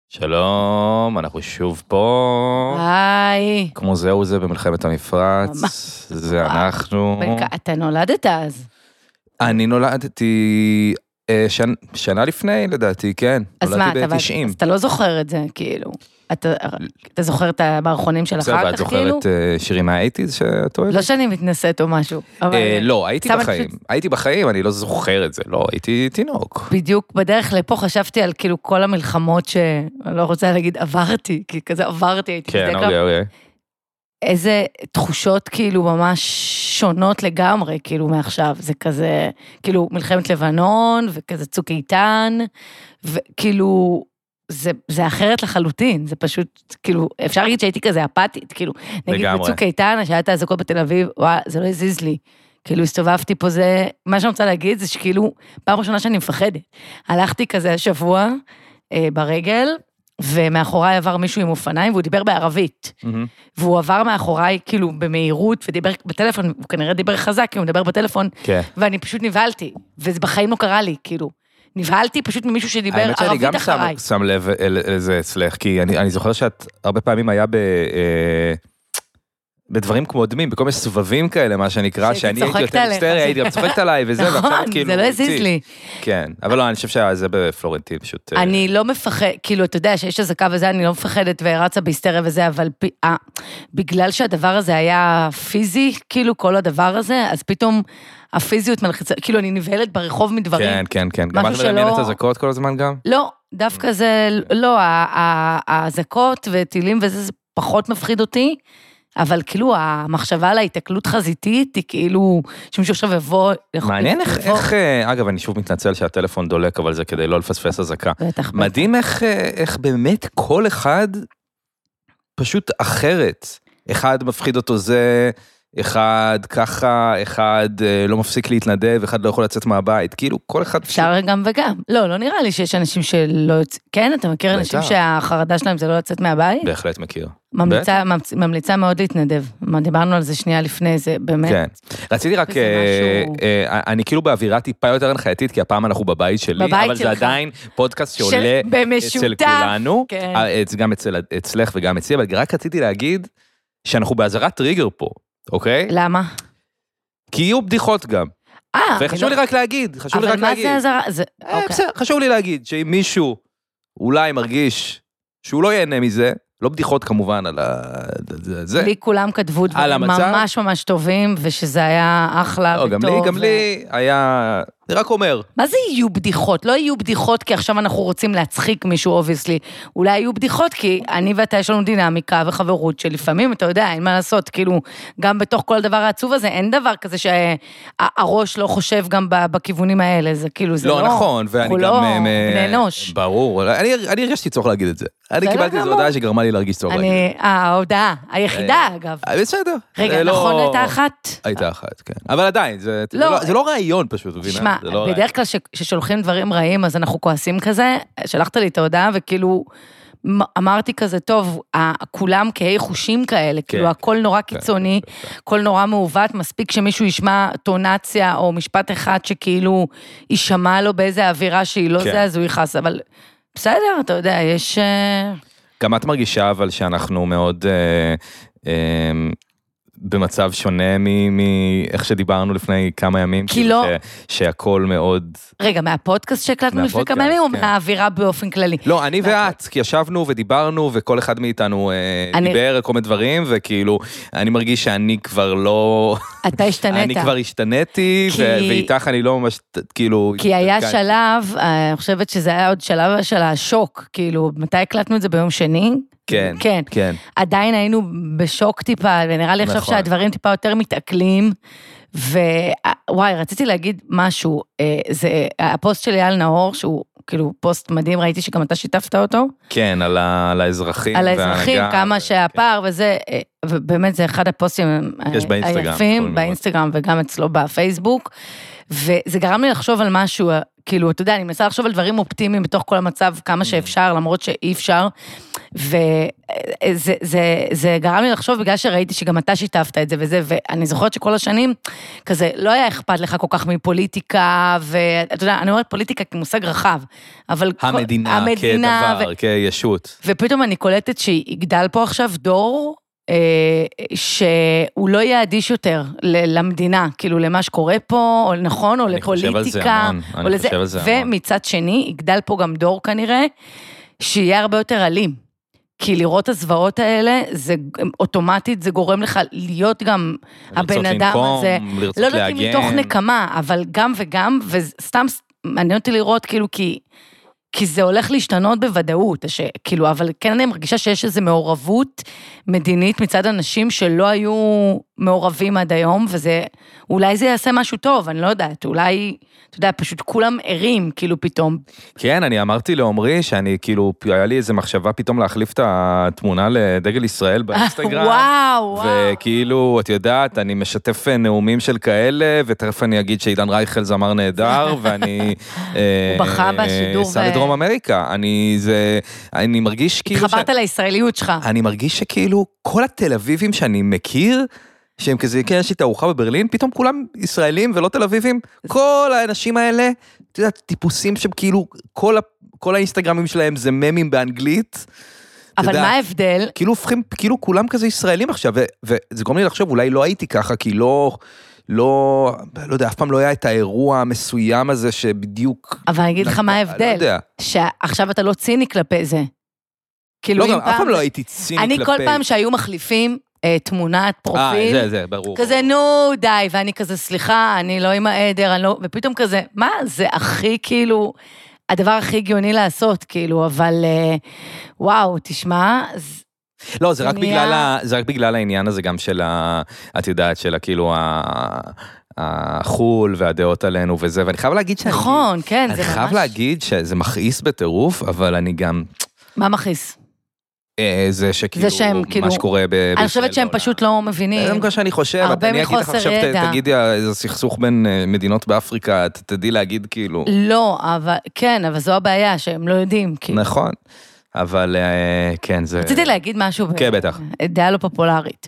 שלום, אנחנו שוב פה. היי. כמו זהו זה במלחמת המפרץ. זה אנחנו. אתה נולדת אז. אני נולדתי שנה לפני, לדעתי, כן. אז מה, נולדתי ב-90. אז אתה לא זוכר את זה, כאילו. אתה זוכר את המערכונים של אחר כך, כאילו? ואת זוכרת שירים מה-80s שאת אוהבת? לא שאני מתנשאת או משהו. לא, הייתי בחיים. הייתי בחיים, אני לא זוכר את זה. לא, הייתי תינוק. בדיוק בדרך לפה חשבתי על כאילו כל המלחמות שאני לא רוצה להגיד עברתי, כי כזה עברתי, הייתי כן, אוקיי. איזה תחושות כאילו ממש שונות לגמרי, כאילו מעכשיו, זה כזה, כאילו מלחמת לבנון, וכזה צוק איתן, וכאילו, זה אחרת לחלוטין, זה פשוט, כאילו, אפשר להגיד שהייתי כזה אפתית, כאילו, נגיד בצוק איתן, שהיה את האזעקות בתל אביב, וואי, זה לא הזיז לי, כאילו הסתובבתי פה, זה, מה שאני רוצה להגיד, זה שכאילו, פעם ראשונה שאני מפחדת, הלכתי כזה השבוע, ברגל, ומאחוריי עבר מישהו עם אופניים, והוא דיבר בערבית. והוא עבר מאחוריי, כאילו, במהירות, ודיבר בטלפון, הוא כנראה דיבר חזק, כי הוא מדבר בטלפון, ואני פשוט נבהלתי, וזה בחיים לא קרה לי, כאילו. נבהלתי פשוט ממישהו שדיבר ערבית אחריי. האמת שאני גם שם לב לזה אצלך, כי אני זוכר שאת הרבה פעמים היה בדברים כמו דמים, בכל מיני סובבים כאלה, מה שנקרא, שאני הייתי יותר היסטרי, הייתי גם צוחקת עליי וזה, ועכשיו את כאילו... זה לא הזיז לי. כן, אבל לא, אני חושב שזה בפלורנטין פשוט... אני לא מפחד, כאילו, אתה יודע שיש איזה קו וזה, אני לא מפחדת ורצה בהיסטריה וזה, אבל בגלל שהדבר הזה היה פיזי, כאילו, כל הדבר הזה, אז פתאום הפיזיות מלחיצה, כאילו, אני נבהלת ברחוב מדברים. כן, כן, כן. גם את מדמיינת הזעקות כל הזמן גם? לא, דווקא זה, לא, הזעקות וטילים וזה, זה פחות מפחיד אותי, אבל כאילו המחשבה על ההתקלות חזיתית היא כאילו שמישהו עכשיו יבוא... מעניין איך, אגב אני שוב מתנצל שהטלפון דולק, אבל זה כדי לא לפספס הזעקה. מדהים איך באמת כל אחד פשוט אחרת. אחד מפחיד אותו זה, אחד ככה, אחד לא מפסיק להתנדב, אחד לא יכול לצאת מהבית, כאילו כל אחד... אפשר גם וגם. לא נראה לי שיש אנשים שלא יוצאים... כן, אתה מכיר אנשים שהחרדה שלהם זה לא לצאת מהבית? בהחלט מכיר. ממליצה מאוד להתנדב. דיברנו על זה שנייה לפני, זה באמת... כן. רציתי רק... אני כאילו באווירה טיפה יותר הנחייתית, כי הפעם אנחנו בבית שלי, אבל זה עדיין פודקאסט שעולה אצל כולנו, גם אצלך וגם אצלי, אבל רק רציתי להגיד שאנחנו באזהרת טריגר פה. אוקיי? למה? כי יהיו בדיחות גם. וחשוב לי רק להגיד, אבל מה זה הזרה? בסדר, חשוב לי להגיד, שאם מישהו אולי מרגיש שהוא לא ייהנה מזה, לא בדיחות כמובן על זה. לי כולם כתבו דברים ממש ממש טובים, ושזה היה אחלה וטוב. גם לי היה... אני רק אומר. מה זה יהיו בדיחות? לא יהיו בדיחות כי עכשיו אנחנו רוצים להצחיק מישהו, obviously. אולי יהיו בדיחות כי אני ואתה יש לנו דינמיקה וחברות שלפעמים, אתה יודע, אין מה לעשות, כאילו, גם בתוך כל הדבר העצוב הזה, אין דבר כזה שהראש לא חושב גם בכיוונים האלה, זה כאילו, זה לא... לא נכון, ואני גם... בני אנוש. ברור, אני הרגשתי צורך להגיד את זה. אני קיבלתי איזו הודעה שגרמה לי להרגיש צורך להגיד את זה. ההודעה, היחידה אגב. בסדר. רגע, נכון הייתה אחת? הייתה אחת, כן. אבל עדיין, זה לא רעיון פשוט, שמע, בדרך כלל ששולחים דברים רעים, אז אנחנו כועסים כזה, שלחת לי את ההודעה, וכאילו, אמרתי כזה, טוב, כולם כהי חושים כאלה, כאילו, הכל נורא קיצוני, הכל נורא מעוות, מספיק שמישהו ישמע טונציה, או משפט אחד שכאילו, יישמע לו באיזה אווירה שהיא לא זה, אז הוא יכעס, אבל בסדר, אתה יודע, יש... גם את מרגישה, אבל שאנחנו מאוד... במצב שונה מאיך שדיברנו לפני כמה ימים, כי לא... שהכל מאוד... רגע, מהפודקאסט שהקלטנו לפני כמה ימים, או מהאווירה באופן כללי? לא, אני ואת, כי ישבנו ודיברנו, וכל אחד מאיתנו דיבר כל מיני דברים, וכאילו, אני מרגיש שאני כבר לא... אתה השתנית. אני כבר השתניתי, ואיתך אני לא ממש, כאילו... כי היה שלב, אני חושבת שזה היה עוד שלב של השוק, כאילו, מתי הקלטנו את זה ביום שני? כן, כן. עדיין היינו בשוק טיפה, ונראה לי עכשיו שהדברים טיפה יותר מתעכלים, ווואי, רציתי להגיד משהו, זה הפוסט של אייל נאור, שהוא כאילו פוסט מדהים, ראיתי שגם אתה שיתפת אותו. כן, על האזרחים. על האזרחים, כמה שהפער וזה, ובאמת זה אחד הפוסטים היפים, באינסטגרם וגם אצלו בפייסבוק, וזה גרם לי לחשוב על משהו, כאילו, אתה יודע, אני מנסה לחשוב על דברים אופטימיים בתוך כל המצב, כמה שאפשר, למרות שאי אפשר, וזה גרם לי לחשוב, בגלל שראיתי שגם אתה שיתפת את זה וזה, ואני זוכרת שכל השנים, כזה, לא היה אכפת לך כל כך מפוליטיקה, ואתה יודע, אני אומרת פוליטיקה כמושג רחב, אבל... המדינה כדבר, כישות. ופתאום אני קולטת שיגדל פה עכשיו דור, שהוא לא יהיה אדיש יותר למדינה, כאילו למה שקורה פה, או נכון, או לפוליטיקה, אני חושב על זה המון. ומצד שני, יגדל פה גם דור כנראה, שיהיה הרבה יותר אלים. כי לראות הזוועות האלה, זה אוטומטית, זה גורם לך להיות גם הבן אדם הזה. לא יודעת אם מתוך נקמה, אבל גם וגם, וסתם מעניין אותי לראות כאילו כי זה הולך להשתנות בוודאות, כאילו, אבל כן אני מרגישה שיש איזו מעורבות מדינית מצד אנשים שלא היו מעורבים עד היום, אולי זה יעשה משהו טוב, אני לא יודעת, אולי, אתה יודע, פשוט כולם ערים, כאילו פתאום. כן, אני אמרתי לעומרי שאני כאילו, היה לי איזו מחשבה פתאום להחליף את התמונה לדגל ישראל באינסטגרם. וואו. וכאילו, את יודעת, אני משתף נאומים של כאלה, ותכף אני אגיד שעידן רייכל זמר נהדר, ואני... הוא בכה בשידור. סע לדרום אמריקה. אני מרגיש כאילו... התחברת לישראליות שלך. אני מרגיש שכאילו, כל התל אביבים שאני מכיר, שהם כזה, כן, יש לי תערוכה בברלין, פתאום כולם ישראלים ולא תל אביבים, כל האנשים האלה, אתה יודע, טיפוסים שהם כאילו, כל האינסטגרמים שלהם זה ממים באנגלית. אבל מה ההבדל? כאילו הופכים, כאילו כולם כזה ישראלים עכשיו, וזה גורם לי לחשוב, אולי לא הייתי ככה, כי לא יודע, אף פעם לא היה את האירוע המסוים הזה שבדיוק... אבל אני אגיד לך מה ההבדל, שעכשיו אתה לא ציני כלפי זה. לא, גם אף פעם לא הייתי ציני כלפי... אני כל פעם שהיו מחליפים תמונת פרופיל, זה, ברור. כזה, נו, די, ואני כזה, סליחה, אני לא עם העדר, ופתאום כזה, מה, זה הכי כאילו, הדבר הכי הגיוני לעשות, כאילו, אבל, וואו, תשמע, לא, זה רק בגלל העניין הזה גם של, את יודעת, של כאילו, החול והדעות עלינו וזה, ואני חייב להגיד שאני... נכון, כן, זה ממש... אני חייב להגיד שזה מכעיס בטירוף, אבל אני גם... מה מכעיס? זה שכאילו, מה שקורה בישראל. אני חושבת שהם פשוט לא מבינים. זה מה שאני חושב, אני אגיד לך עכשיו, תגידי איזה סכסוך בין מדינות באפריקה, תדעי להגיד כאילו. לא, אבל, כן, אבל זו הבעיה, שהם לא יודעים. נכון, אבל כן, זה... רציתי להגיד משהו, כן, בטח. דעה לא פופולרית.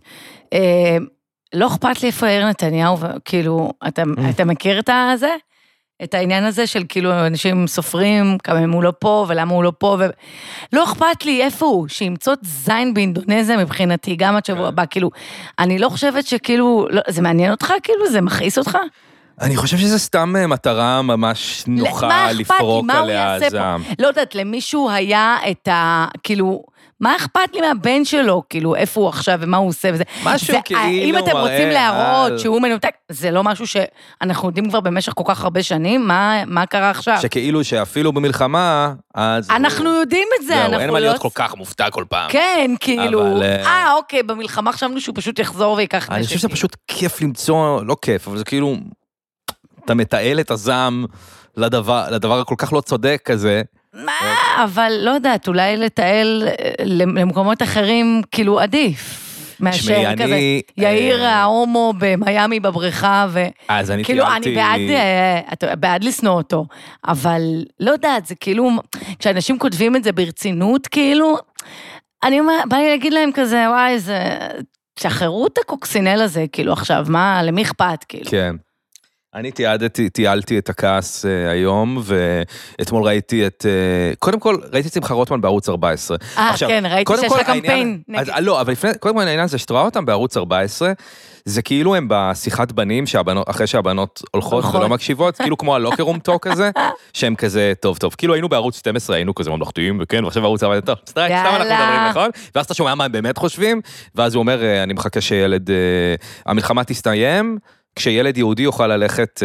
לא אכפת לי איפה יאיר נתניהו, כאילו, אתה מכיר את זה? את העניין הזה של כאילו אנשים סופרים, כמה הוא לא פה ולמה הוא לא פה, לא אכפת לי איפה הוא, שימצוא זין באינדונזיה מבחינתי, גם עד שבוע הבא, כאילו, אני לא חושבת שכאילו, זה מעניין אותך כאילו, זה מכעיס אותך? אני חושב שזה סתם מטרה ממש נוחה לפרוק עליה זעם. לא יודעת, למישהו היה את ה... כאילו, מה אכפת לי מהבן שלו? כאילו, איפה הוא עכשיו ומה הוא עושה וזה? משהו כאילו... אם אתם רוצים להראות שהוא מנותק, זה לא משהו שאנחנו יודעים כבר במשך כל כך הרבה שנים, מה קרה עכשיו? שכאילו שאפילו במלחמה, אז... אנחנו יודעים את זה, אין מה להיות כל כך מופתע כל פעם. כן, כאילו... אוקיי, במלחמה חשבנו שהוא פשוט יחזור ויקח נשק. אני חושב שזה פשוט כיף למצוא, לא כיף, אבל זה כאילו... אתה מתעל את הזעם לדבר הכל כך לא צודק כזה. מה? אבל לא יודעת, אולי לתעל למקומות אחרים כאילו עדיף. מאשר כזה, יאיר ההומו במיימי בבריכה, וכאילו אני בעד לסנוע אותו, אבל לא יודעת, זה כאילו, כשאנשים כותבים את זה ברצינות, כאילו, אני בא לי להגיד להם כזה, וואי, זה, שחררו את הקוקסינל הזה, כאילו עכשיו, מה, למי אכפת, כאילו? כן. אני תיעלתי את הכעס היום, ואתמול ראיתי קודם כל, ראיתי את שמחה רוטמן בערוץ 14. כן, ראיתי שיש לה קמפיין. לא, אבל קודם כל העניין הזה, שאת רואה אותם בערוץ 14, זה כאילו הם בשיחת בנים, אחרי שהבנות הולכות ולא מקשיבות, כאילו כמו הלוקרום טוק הזה, שהם כזה, טוב, כאילו היינו בערוץ 12, היינו כזה ממלכתיים, וכן, ועכשיו בערוץ 14, טוב, סתם אנחנו מדברים, נכון? ואז אתה שומע מה הם באמת חושבים, ואז הוא אומר, אני מחכה שילד, המלחמה תסתיים, כשילד יהודי יוכל ללכת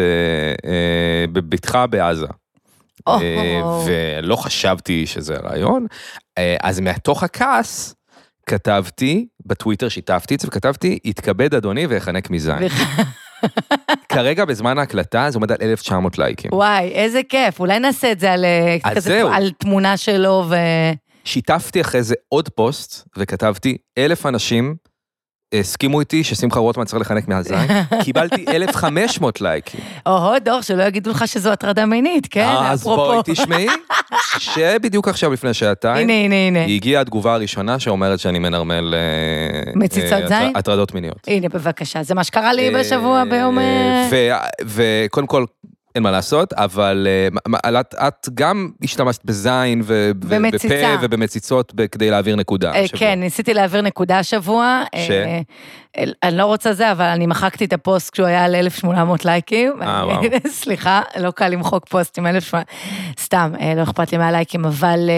בביתך בעזה. ולא חשבתי שזה רעיון, אז מתוך הכעס כתבתי, בטוויטר שיתפתי את זה, וכתבתי, יתכבד אדוני ויחנק מזין. כרגע בזמן ההקלטה זה עומד על 1,900 לייקים. וואי, איזה כיף, אולי נעשה את זה על תמונה שלו שיתפתי אחרי זה עוד פוסט, וכתבתי 1,000 אנשים, הסכימו איתי ששמחה רוטמן צריך לחנק מהזין, קיבלתי 1,500 לייקים. דור, שלא יגידו לך שזו הטרדה מינית, כן? אז בואי תשמעי, שבדיוק עכשיו לפני שעתיים, הנה. היא הגיעה התגובה הראשונה שאומרת שאני מנרמל מציצות זין? הטרדות מיניות. הנה, בבקשה, זה מה שקרה לי בשבוע ביום... וקודם כל, אין מה לעשות, אבל את גם השתמשת בזין ובפה ובמציצות כדי להעביר נקודה. כן, ניסיתי להעביר נקודה השבוע. אני לא רוצה זה, אבל אני מחקתי את הפוסט כשהוא היה על 1,800 לייקים. סליחה, לא קל למחוק פוסט עם 1,800, סתם, לא אכפת לי מהלייקים, אבל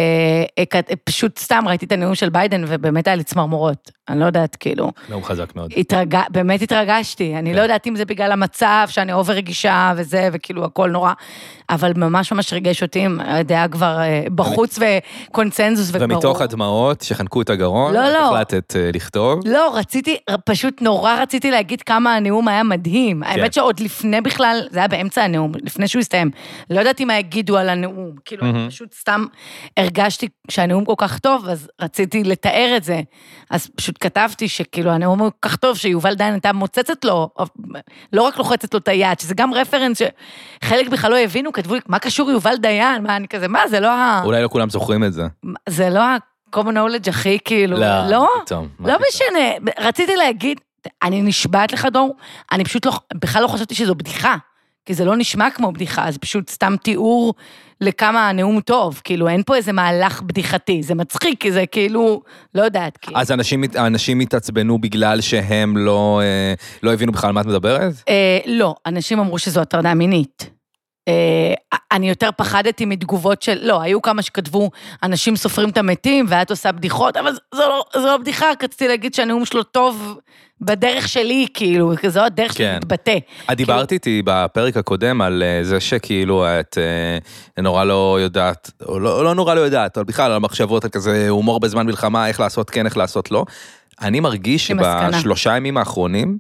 פשוט סתם ראיתי את הנאום של ביידן, ובאמת היה לי צמרמורות. אני לא יודעת, כאילו... נאום חזק מאוד. באמת התרגשתי, אני לא יודעת אם זה בגלל המצב, שאני אובר רגישה וזה, וכאילו הכל נורא, אבל ממש ממש ריגש אותי, הדעה כבר בחוץ וקונצנזוס וברור. ומתוך הדמעות שחנקו את הגרון, החלטת לכתוב? לא, פשוט נורא רציתי להגיד כמה הנאום היה מדהים. האמת שעוד לפני בכלל, זה היה באמצע הנאום, לפני שהוא הסתיים. לא יודעת מה יגידו על הנאום. כאילו, פשוט סתם הרגשתי שהנאום כל כך טוב, אז רציתי לתאר את זה. אז פשוט כתבתי שכאילו הנאום הוא כל כך טוב, שיובל דיין הייתה מוצצת לו, לא רק לוחצת לו את היד, שזה גם רפרנס שחלק בכלל לא הבינו, כתבו לי, מה קשור יובל דיין? מה, אני כזה, מה, זה לא אולי לא כולם זוכרים את זה. זה לא common knowledge הכי כאילו, לא? לא משנה, רציתי להגיד, אני נשבעת לך דור, אני פשוט בכלל לא חשבתי שזו בדיחה, כי זה לא נשמע כמו בדיחה, זה פשוט סתם תיאור לכמה הנאום טוב, כאילו אין פה איזה מהלך בדיחתי, זה מצחיק, כי זה כאילו, לא יודעת. אז אנשים מתעצבנו בגלל שהם לא הבינו בכלל מה את מדברת? לא, אנשים אמרו שזו הטרדה מינית. אני יותר פחדתי מתגובות של, לא, היו כמה שכתבו, אנשים סופרים את המתים, ואת עושה בדיחות, אבל זו לא בדיחה, רציתי להגיד שהנאום שלו טוב בדרך שלי, כאילו, זו הדרך שלי מתבטא. את דיברת איתי בפרק הקודם על זה שכאילו את נורא לא יודעת, או לא נורא לא יודעת, אבל בכלל על המחשבות כזה, הומור בזמן מלחמה, איך לעשות כן, איך לעשות לא. אני מרגיש שבשלושה ימים האחרונים,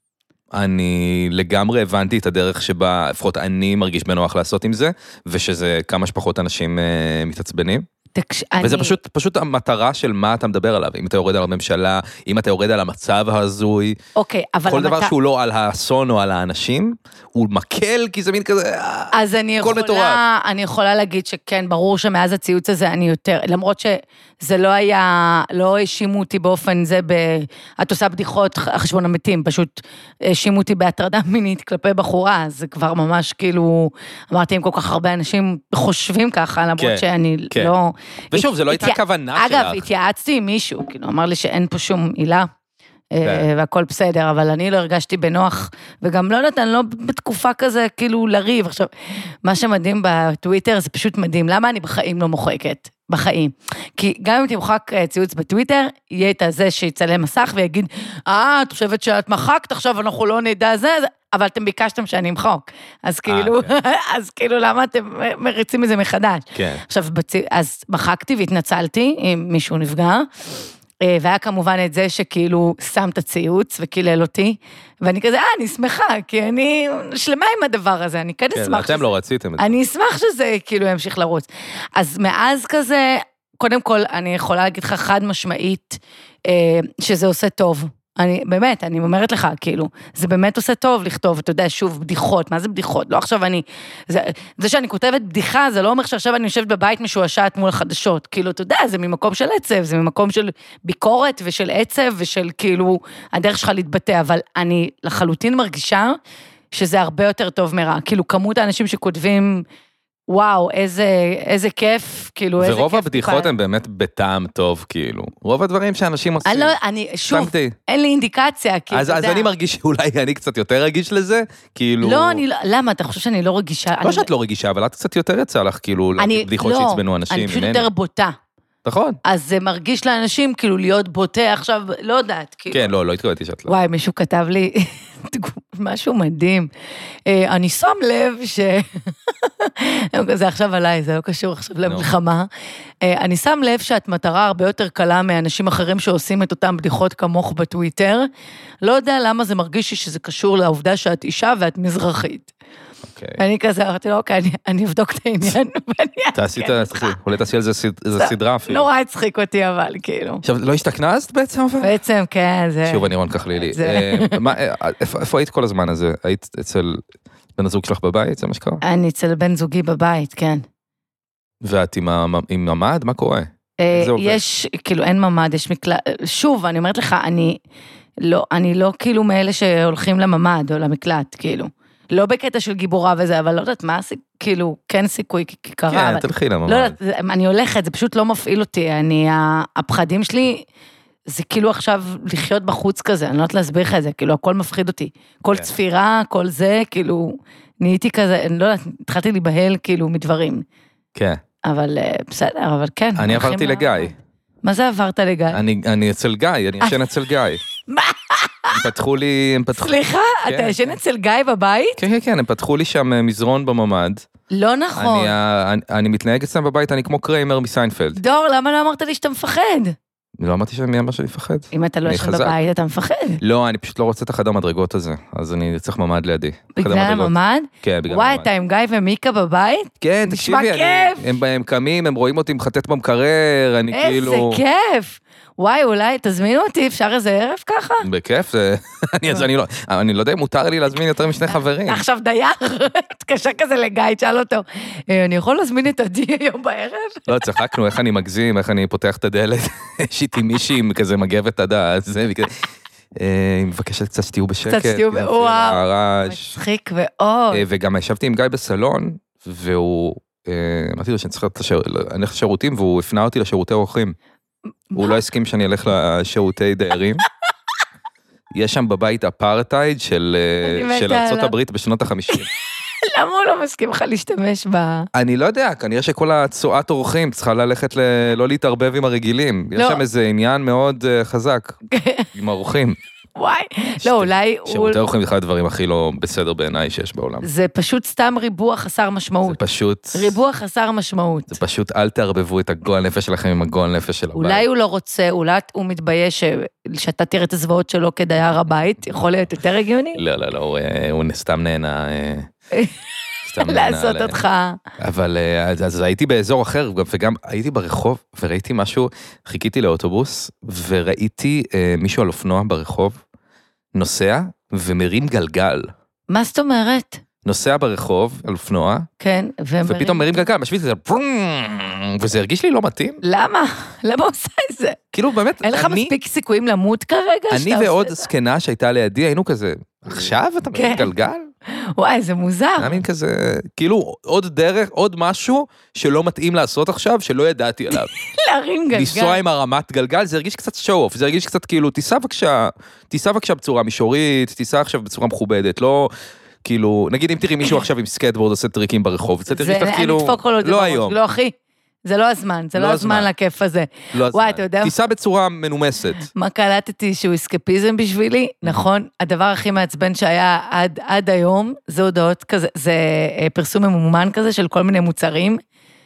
אני לגמרי הבנתי את הדרך שבה, לפחות אני מרגיש בנוח לעשות עם זה, ושזה כמה שפחות אנשים מתעצבנים. וזה פשוט המטרה של מה אתה מדבר עליו, אם אתה יורד על הממשלה, אם אתה יורד על המצב ההזוי, כל דבר שהוא לא על האסון או על האנשים, הוא מקל, כי זה מין כזה, כל מטורף. אני יכולה להגיד שכן, ברור שמאז הציוץ הזה אני יותר, למרות שזה לא היה, לא האשימו אותי באופן זה, את עושה בדיחות חשבון המתים, פשוט האשימו אותי בהטרדה מינית כלפי בחורה, אז זה כבר ממש כאילו, אמרתי, אם כל כך הרבה אנשים חושבים ככה, למרות שאני לא... ושוב, זה לא הייתה כוונה שלך. אגב, התייעצתי עם מישהו, כאילו, אמר לי שאין פה שום עילה, והכל בסדר, אבל אני לא הרגשתי בנוח, וגם לא נתן, לא בתקופה כזה, כאילו, לריב. עכשיו, מה שמדהים בטוויטר, זה פשוט מדהים. למה אני בחיים לא מוחקת? בחיים. כי גם אם תמחק ציוץ בטוויטר, יהיה את הזה שיצלם מסך ויגיד, את חושבת שאת מחקת, עכשיו אנחנו לא נדע זה, אבל אתם ביקשתם שאני אמחוק. אז כאילו, למה אתם מריצים את זה מחדש? עכשיו, אז מחקתי והתנצלתי, אם מישהו נפגע, והיה כמובן את זה שכאילו שם את הציוץ וקילל אותי, ואני כזה, אני שמחה, כי אני שלמה עם הדבר הזה, אני כן אשמח אתם לא רציתם את זה. אני אשמח שזה כאילו ימשיך לרוץ. אז מאז כזה, קודם כל, אני יכולה להגיד לך חד משמעית, שזה עושה טוב. באמת, אני אומרת לך, כאילו, זה באמת עושה טוב לכתוב, אתה יודע, שוב, בדיחות, מה זה בדיחות? לא עכשיו זה שאני כותבת בדיחה, זה לא אומר שעכשיו אני יושבת בבית משועשעת מול החדשות, כאילו, אתה יודע, זה ממקום של עצב, זה ממקום של ביקורת ושל עצב, ושל כאילו, הדרך שלך להתבטא, אבל אני לחלוטין מרגישה שזה הרבה יותר טוב מרע, כאילו, כמות האנשים שכותבים, וואו, איזה כיף, כאילו, איזה כיף. ורוב הבדיחות הן באמת בטעם טוב, כאילו. רוב הדברים שאנשים עושים. שוב, אין לי אינדיקציה, כאילו, אז אני מרגיש שאולי אני קצת יותר רגיש לזה, כאילו... לא, למה? אתה חושב שאני לא רגישה? לא שאת לא רגישה, אבל את קצת יותר יצא לך, כאילו, בדיחות שהצבנו אנשים. אני פשוט יותר בוטה. נכון. אז זה מרגיש לאנשים, כאילו, להיות בוטה עכשיו, לא יודעת, כאילו. כן, לא התכוונתי שאת לא. וואי, מישהו כתב לי משהו מדהים. אני שם לב זה עכשיו עליי, זה לא קשור עכשיו למלחמה. אני שם לב שאת מטרה הרבה יותר קלה מאנשים אחרים שעושים את אותם בדיחות כמוך בטוויטר. לא יודע למה זה מרגיש שזה קשור לעובדה שאת אישה ואת מזרחית. אני כזה, אמרתי לו, אוקיי, אני אבדוק את העניין, אולי תעשי על זה סדרה אפילו. נורא הצחיק אותי, אבל כאילו. עכשיו, לא השתכנסת בעצם? בעצם, כן, זה... שוב, אני רון כחלילי. איפה היית כל הזמן הזה? היית אצל בן הזוג שלך בבית, זה מה שקרה? אני אצל בן זוגי בבית, כן. ואת עם ממ"ד? מה קורה? יש, כאילו, אין ממ"ד, יש מקלט. שוב, אני אומרת לך, אני לא כאילו מאלה שהולכים לממ"ד או למקלט, כאילו. לא בקטע של גיבורה וזה, אבל לא יודעת מה, כאילו, כן סיכוי, כי קרה. כן, תלכי לממ"ד. לא יודעת, אני הולכת, זה פשוט לא מפעיל אותי. הפחדים שלי, זה כאילו עכשיו לחיות בחוץ כזה, אני לא יודעת להסביר לך את זה, כאילו, הכל מפחיד אותי. כל צפירה, כל זה, כאילו, נהייתי כזה, אני לא יודעת, התחלתי להיבהל, כאילו, מדברים. כן. אבל בסדר, אבל כן. אני עברתי לגיא. מה זה עברת לגיא? אני אצל גיא, אני ישן אצל גיא. מה? הם פתחו לי... סליחה, אתה ישן אצל גיא בבית? כן, כן, כן, הם פתחו לי שם מזרון בממ"ד. לא נכון. אני מתנהג אצלם בבית, אני כמו קריימר מסיינפלד. דור, למה לא אמרת לי שאתה מפחד? לא אמרתי מי אמר שאני מפחד. אם אתה לא ישן בבית, אתה מפחד. לא, אני פשוט לא רוצה את החדר מדרגות הזה, אז אני צריך ממ"ד לידי. בגלל הממ"ד? כן, בגלל הממ"ד. וואי, אתה עם גיא ומיקה בבית? כן, תקשיבי, הם קמים, הם רואים אותי מחטט במקרר, אני כאילו... איזה כיף. וואי, אולי תזמינו אותי, אפשר איזה ערב ככה? בכיף, אני לא יודע אם מותר לי להזמין יותר משני חברים. עכשיו דייר, התקשר כזה לגיא, תשאל אותו, אני יכול להזמין את עדי היום בערב? לא, צחקנו, איך אני מגזים, איך אני פותח את הדלת, יש איתי מישהי עם כזה מגבת הדעת, זה, היא מבקשת קצת שתהיו בשקט. קצת שתהיו, וואו, מצחיק מאוד. וגם ישבתי עם גיא בסלון, והוא, אמרתי לו שאני צריך ללכת לשירותים, והוא הפנה אותי לשירותי אורחים. הוא לא הסכים שאני אלך לשירותי דיירים. יש שם בבית אפרטייד של ארצות הברית בשנות ה-50. למה הוא לא מסכים לך להשתמש בה? אני לא יודע, כנראה שכל הצועת אורחים צריכה ללכת לא להתערבב עם הרגילים. יש שם איזה עניין מאוד חזק עם האורחים. וואי, לא, אולי... שירותי אורחים זה אחד הדברים הכי לא בסדר בעיניי שיש בעולם. זה פשוט סתם ריבוע חסר משמעות. זה פשוט... ריבוע חסר משמעות. זה פשוט אל תערבבו את הגועל נפש שלכם עם הגועל נפש של הבית. אולי הוא לא רוצה, אולי הוא מתבייש שאתה תראה את הזוועות שלו כדייר הבית, יכול להיות יותר הגיוני? לא, לא, לא, הוא סתם נהנה... לעשות אותך. אבל אז הייתי באזור אחר, וגם הייתי ברחוב, וראיתי משהו, חיכיתי לאוטובוס, וראיתי מישהו על אופנוע ברחוב, נוסע ומרים גלגל. מה זאת אומרת? נוסע ברחוב על אופנוע, כן, ופתאום מרים גלגל, משוויץ את זה, וזה הרגיש לי לא מתאים. למה? למה עושה את זה? כאילו באמת, אין לך מספיק סיכויים למות כרגע? אני ועוד זקנה שהייתה לידי, היינו כזה, עכשיו אתה מרים גלגל? וואי, זה מוזר. אני כזה, כאילו עוד דרך, עוד משהו שלא מתאים לעשות עכשיו, שלא ידעתי עליו. להרים גלגל. לנסוע עם הרמת גלגל, זה הרגיש קצת show off, זה הרגיש קצת כאילו, תיסע בבקשה בצורה מישורית, תיסע עכשיו בצורה מכובדת, לא, כאילו, נגיד אם תראי מישהו עכשיו עם סקייטבורד עושה טריקים ברחוב, זה תרגיש לך כאילו, לא היום. לא אחי. זה לא הזמן, זה לא הזמן לכיף הזה. וואי, אתה יודע... תיסע בצורה מנומסת. מה קלטתי שהוא אסקפיזם בשבילי? נכון, הדבר הכי מעצבן שהיה עד היום, זה הודעות כזה, זה פרסום ממומן כזה של כל מיני מוצרים.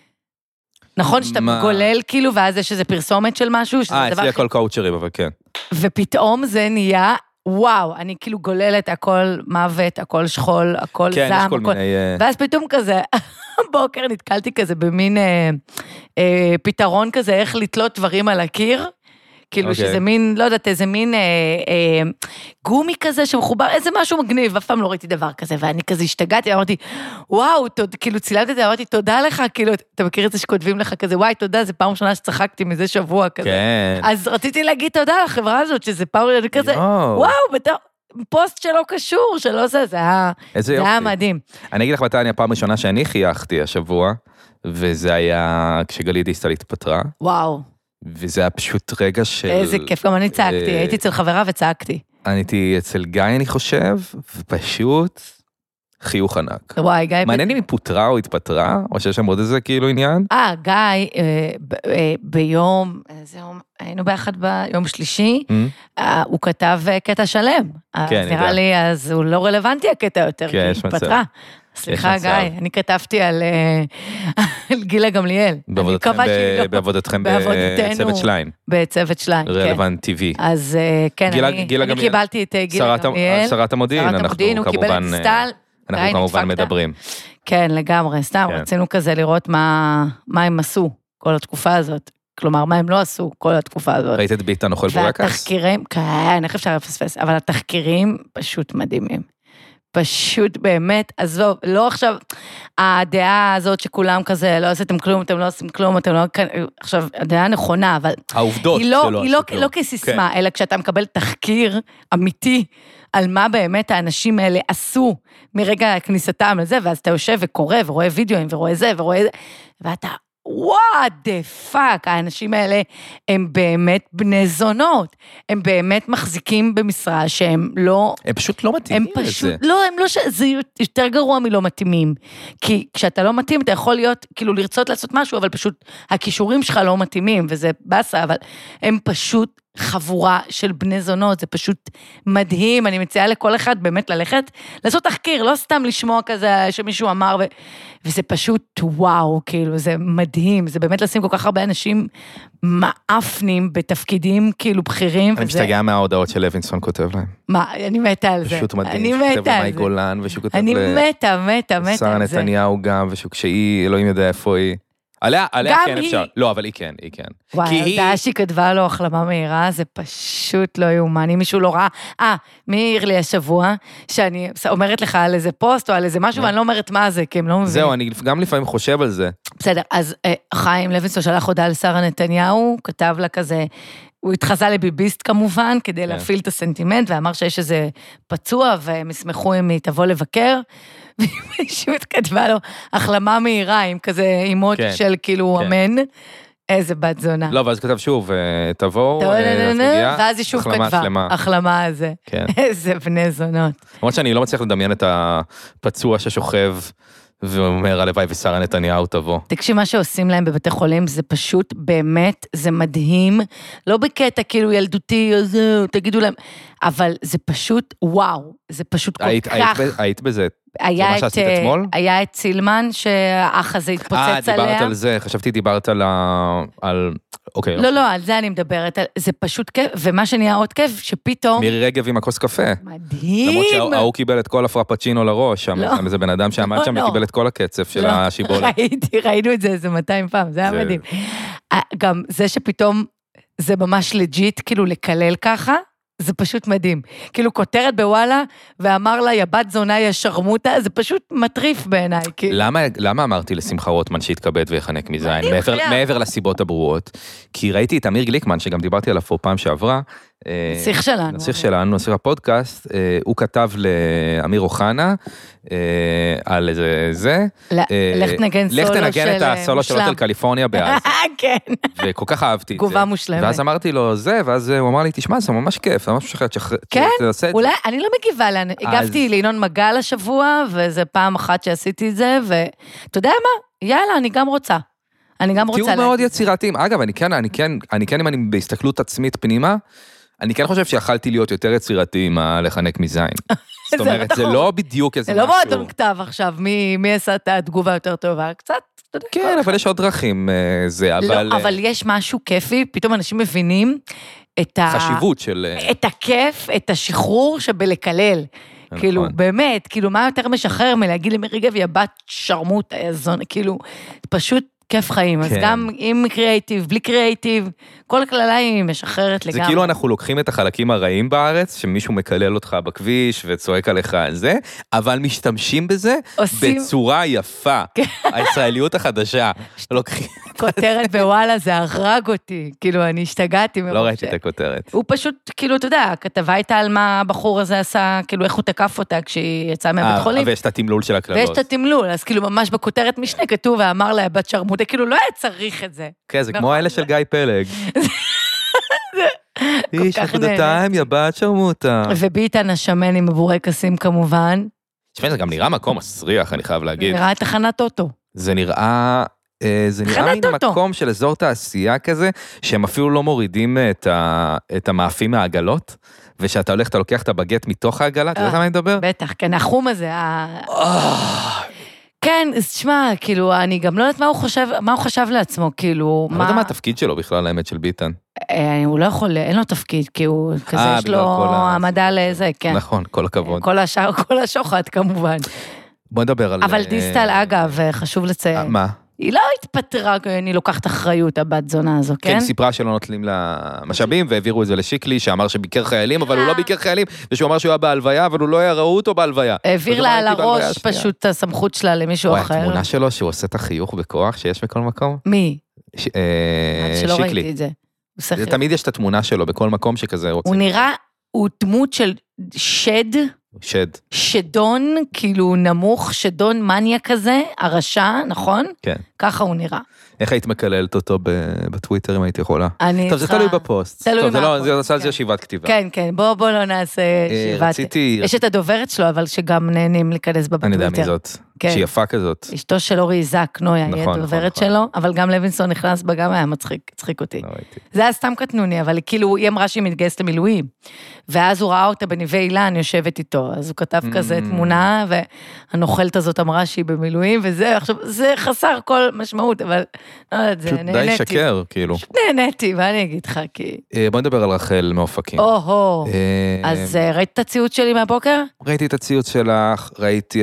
נכון שאתה גולל כאילו, ואז יש איזה פרסומת של משהו, אצלי הכל קאוצ'רים, אבל כן. ופתאום זה נהיה... וואו, אני כאילו גוללת הכל מוות, הכל שכול, הכל כן, זעם, יש כל הכל... מיני... ואז פתאום כזה, בוקר נתקלתי כזה במין פתרון כזה, איך לתלות דברים על הקיר, כאילו שזה מין, לא יודעת, איזה מין גומי כזה שמחובר, איזה משהו מגניב, אף פעם לא ראיתי דבר כזה, ואני כזה השתגעתי, אמרתי, וואו, כאילו צילמתי את זה, אמרתי, תודה לך, כאילו, אתה מכיר את זה שכותבים לך כזה, וואי, תודה, זה פעם ראשונה שצחקתי מזה שבוע כזה. כן. אז רציתי להגיד תודה לחברה הזאת, שזה פעם ראשונה כזה, וואו, פוסט שלא קשור, שלא זה היה מדהים. אני אגיד לך מתי, אני הפעם ראשונה שאני חייכתי השבוע, וזה היה כשגלית דיסטל התפטרה. וואו. וזה היה פשוט רגע של... איזה כיף, גם אני צעקתי, הייתי אצל חברה וצעקתי. אני הייתי אצל גיא, אני חושב, ופשוט חיוך ענק. וואי, גיא... מעניין אם היא פוטרה או התפטרה, או שיש שם עוד איזה כאילו עניין? גיא, ביום, היינו באחד ביום שלישי, הוא כתב קטע שלם. כן, אז נראה לי, אז הוא לא רלוונטי הקטע יותר, כי היא התפטרה. סליחה גיא, אני כתבתי על גילה גמליאל. בעבודתכם בצוות שליין. בצוות שליין, כן. רלוונט טבעי. אז כן, אני קיבלתי את גילה גמליאל. שרת המודיעין, אנחנו כמובן... הוא קיבל את סטל, אנחנו כמובן מדברים. כן, לגמרי, סתם, רצינו כזה לראות מה הם עשו כל התקופה הזאת. כלומר, מה הם לא עשו כל התקופה הזאת. ראית את ביטן אוכל בורקס? והתחקירים, כן, איך אפשר לפספס, אבל התחקירים פשוט מדהימים. פשוט באמת, עזוב, לא עכשיו, הדעה הזאת שכולם כזה, לא עשיתם כלום, אתם לא עושים כלום, אתם לא, עכשיו, הדעה נכונה, אבל... העובדות היא לא כסיסמה, אלא כשאתה מקבל תחקיר אמיתי, על מה באמת האנשים האלה עשו, מרגע כניסתם לזה, ואז אתה יושב וקורא, ורואה וידאוים, ורואה זה, ואתה... what the fuck, האנשים האלה הם באמת בני זונות, הם באמת מחזיקים במשרה שהם לא... הם פשוט לא מתאימים לזה. לא, הם לא, זה יותר גרוע מלא מתאימים, כי כשאתה לא מתאים, אתה יכול להיות, כאילו לרצות לעשות משהו, אבל פשוט הכישורים שלך לא מתאימים, וזה בסה, אבל הם פשוט חבורה של בני זונות, זה פשוט מדהים, אני מציעה לכל אחד באמת ללכת, לעשות תחקיר, לא סתם לשמוע כזה שמישהו אמר, וזה פשוט וואו, כאילו, זה מדהים, זה באמת לשים כל כך הרבה אנשים מאפנים בתפקידים כאילו בכירים. אני משתגע מההודעות של לוינסון כותב להם. מה, אני מתה על זה. פשוט מדהים, שהוא כותב למאי גולן, ושהוא כותב אני מתה על זה. שרה נתניהו גם, ושהיא, אלוהים יודע איפה היא. עליה כן אפשר. לא, אבל היא כן. וואי, הודעה שהיא כתבה לו החלמה מהירה, זה פשוט לא יאומן. אם מישהו לא ראה, מי העיר לי השבוע, שאני אומרת לך על איזה פוסט או על איזה משהו, ואני לא אומרת מה זה, כי הם לא מבינים. זהו, אני גם לפעמים חושב על זה. בסדר, אז חיים לוינסון שלח הודעה לשרה נתניהו, כתב לה כזה, הוא התחזה לביביסט כמובן, כדי להפעיל את הסנטימנט, ואמר שיש איזה פצוע, והם ישמחו אם היא תבוא לבקר, ופשוט כתבה לו החלמה מהירה, עם כזה אימוג'י של כאילו אמן, איזה בת זונה. לא, ואז כתב שוב, תבואו, ואז היא שוב כתבה, החלמה הזה. איזה בני זונות. למרות שאני לא מצליח לדמיין את הפצוע ששוכב, ואומר, הלוואי ושרה נתניהו תבוא. תקשיב, מה שעושים להם בבתי חולים, זה פשוט באמת, זה מדהים, לא בקטע כאילו ילדותי, או זהו, תגידו להם, אבל זה פשוט, וואו, זה פשוט כל כך... היית בזה? זה מה שעשית אתמול? היה את סילמן, שהאח הזה התפוצץ עליה. דיברת על זה, חשבתי דיברת על... אוקיי. לא, על זה אני מדברת, זה פשוט כיף, ומה שנהיה עוד כיף, שפתאום... מירי רגב עם הכוס קפה. מדהים. למרות שההוא קיבל את כל הפרפצ'ינו לראש, שם איזה בן אדם שעמד שם וקיבל את כל הקצף של השיבולת. ראינו את זה איזה 200 פעם, זה היה מדהים. גם זה שפתאום זה ממש לג'יט, כאילו לקלל ככה, זה פשוט מדהים. כאילו כותרת בוואלה, ואמר לה, בת זונה ישרמותה, זה פשוט מטריף בעיניי. למה אמרתי לשמחה רוטמן שיתכבד ויחנק מזין, מעבר לסיבות הברורות? כי ראיתי את אמיר גליקמן, שגם דיברתי עליו פה פעם שעברה, נסיך שלנו, נסיך הפודקאסט, הוא כתב לאמיר אוחנה, על איזה זה, לך תנגן את הסולו של הוטל קליפורניה בעזה. כן. וכל כך אהבתי את זה. תגובה מושלמת. ואז אמרתי לו זה, ואז הוא אמר לי, תשמע, זה ממש כיף, זה ממש שחררת כן, אולי, אני לא מגיבה, הגבתי לינון מגל השבוע, וזה פעם אחת שעשיתי את זה, ואתה יודע מה? יאללה, אני גם רוצה. תהיו מאוד יצירתיים. אגב, אני כן, אם אני בהסתכלות עצמית פנימה, אני כן חושב שיכלתי להיות יותר יצירתי עם לחנק מזין. זאת אומרת, זה לא בדיוק איזה משהו. זה לא מאוד כתב עכשיו, מי עשה את התגובה יותר טובה? קצת, אתה יודע. כן, אבל יש עוד דרכים, זה, אבל... לא, אבל יש משהו כיפי, פתאום אנשים מבינים את חשיבות של... את הכיף, את השחרור שבלקלל. כאילו, באמת, כאילו, מה יותר משחרר מלהגיד למירי רגב, בת שרמוט, כאילו, פשוט כיף חיים, אז גם עם קריאייטיב, בלי קריאייטיב, כל הכללה היא משחררת לגמרי. זה כאילו אנחנו לוקחים את החלקים הרעים בארץ, שמישהו מקלל אותך בכביש וצועק עליך על זה, אבל משתמשים בזה בצורה יפה. הישראליות החדשה. כותרת בוואלה, זה הרג אותי, כאילו אני השתגעתי. לא ראיתי את הכותרת. הוא פשוט, כאילו, אתה יודע, הכתבה הייתה על מה הבחור הזה עשה, כאילו איך הוא תקף אותה כשהיא יצאה מהבית חולים. ויש את התמלול של הכללות. ויש את התמלול, אז כאילו ממש בכותרת משנה כתוב, ואמר לה, בת שרמוטה, כאילו לא היה צריך את זה. כן, זה כמו האלה של גיא פלג. איש נקודתיים, יא בת שרמוטה. וביטן השמן עם הבורקסים כמובן. תשמע, זה גם נראה מקום מסריח, אני חייב להגיד. נראה תחנת אוטו. זה נראה מין מקום של אזור תעשייה כזה, שהם אפילו לא מורידים את המאפים מהעגלות, ושאתה הולך, אתה לוקח את הבגט מתוך העגלה, אתה יודע מה אני מדבר? בטח, כן, החום הזה, כן, אז תשמע, כאילו, אני גם לא יודעת מה הוא חשב לעצמו, כאילו, אני לא יודע מה התפקיד שלו בכלל, האמת של ביטן. הוא לא יכול, אין לו תפקיד, כי הוא כזה, יש לו העמדה לזה, כן. נכון, כל הכבוד. כל השוחד, כמובן. בוא נדבר על... אבל דיסטל, אגב, חשוב לציין. מה? היא לא התפטרה, אני לוקחת אחריות, הבת זונה הזו, כן? כן, סיפרה שלא נוטלים לה משאבים, והעבירו את זה לשיקלי, שאמר שביקר חיילים, אבל הוא לא ביקר חיילים, ושהוא אמר שהוא היה בהלוויה, אבל הוא לא היה ראו אותו בהלוויה. העביר לה על הראש פשוט את הסמכות שלה למישהו אחר. התמונה שלו שהוא עושה את החיוך בכוח שיש בכל מקום? מי? שלא שיקלי. ראיתי את זה. תמיד יש את התמונה שלו בכל מקום שכזה רוצה. הוא נראה, הוא דמות של שדון, כאילו נמוך, שדון מניה כזה, הרשע, נכון? כן. ככה הוא נראה. איך היית מקללת אותו בטוויטר אם היית יכולה? טוב, זה תלוי בפוסט. תלוי מהפוסט. זה עושה על זה ישיבת כתיבה. כן, כן, בוא לא נעשה ישיבת. יש את הדוברת שלו, אבל שגם נהנים להיכנס בה בטוויטר. אני יודע מי זאת, שהיא יפה כזאת. אשתו של אורי איזק, נויה, היא הדוברת שלו, אבל גם לוינסון נכנס בה, גם היה מצחיק אותי. זה היה סתם קטנוני, אבל כאילו, היא אמרה שהיא מתגייסת למילואים, ואז הוא ראה אותה בנווה אילן, יושבת איתו, אז הוא כתב כזה תמונה, והנוכלת הזאת אמרה שהיא במילואים, וזה, עכשיו, זה חסר כל משמעות, אבל לא יודעת, זה נהניתי. די שקר, כאילו. נהניתי, מה אני אגיד לך, כי... בוא נדבר על רחל מאופקים. אז ראית את הציוץ שלי מהבוקר? ראיתי את הציוץ שלך, ראיתי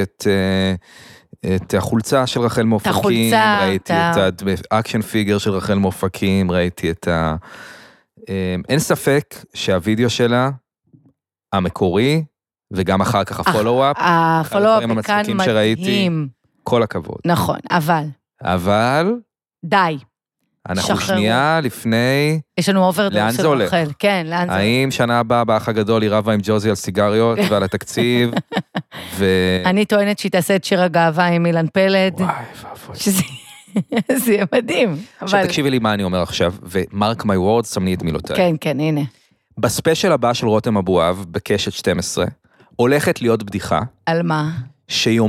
את החולצה של רחל מאופקים, ראיתי את האקשן פיגר של רחל מאופקים, ראיתי את ה... אין ספק שהווידאו שלה, המקורי, וגם אחר כך הפולו-אפ, הפולו-אפ כאן מדהים. כל הכבוד. נכון, אבל... די. אנחנו שנייה לפני... יש לנו אוברדורס של רחל. כן, לאן זה הולך? האם שנה הבאה באח הגדול היא רבה עם ג'וזי על סיגריות ועל התקציב? אני טוענת שהיא תעשה את שיר הגאווה עם אילן פלד. וואי, ואבוי. זה יהיה מדהים. עכשיו תקשיבי לי מה אני אומר עכשיו, ומרק מי וורדס, סמני את מילותיי. כן, כן, הנה. בספיישל הבא של רותם אבואב, בקשת 12, הולכת להיות בדיחה. על מה? שהיא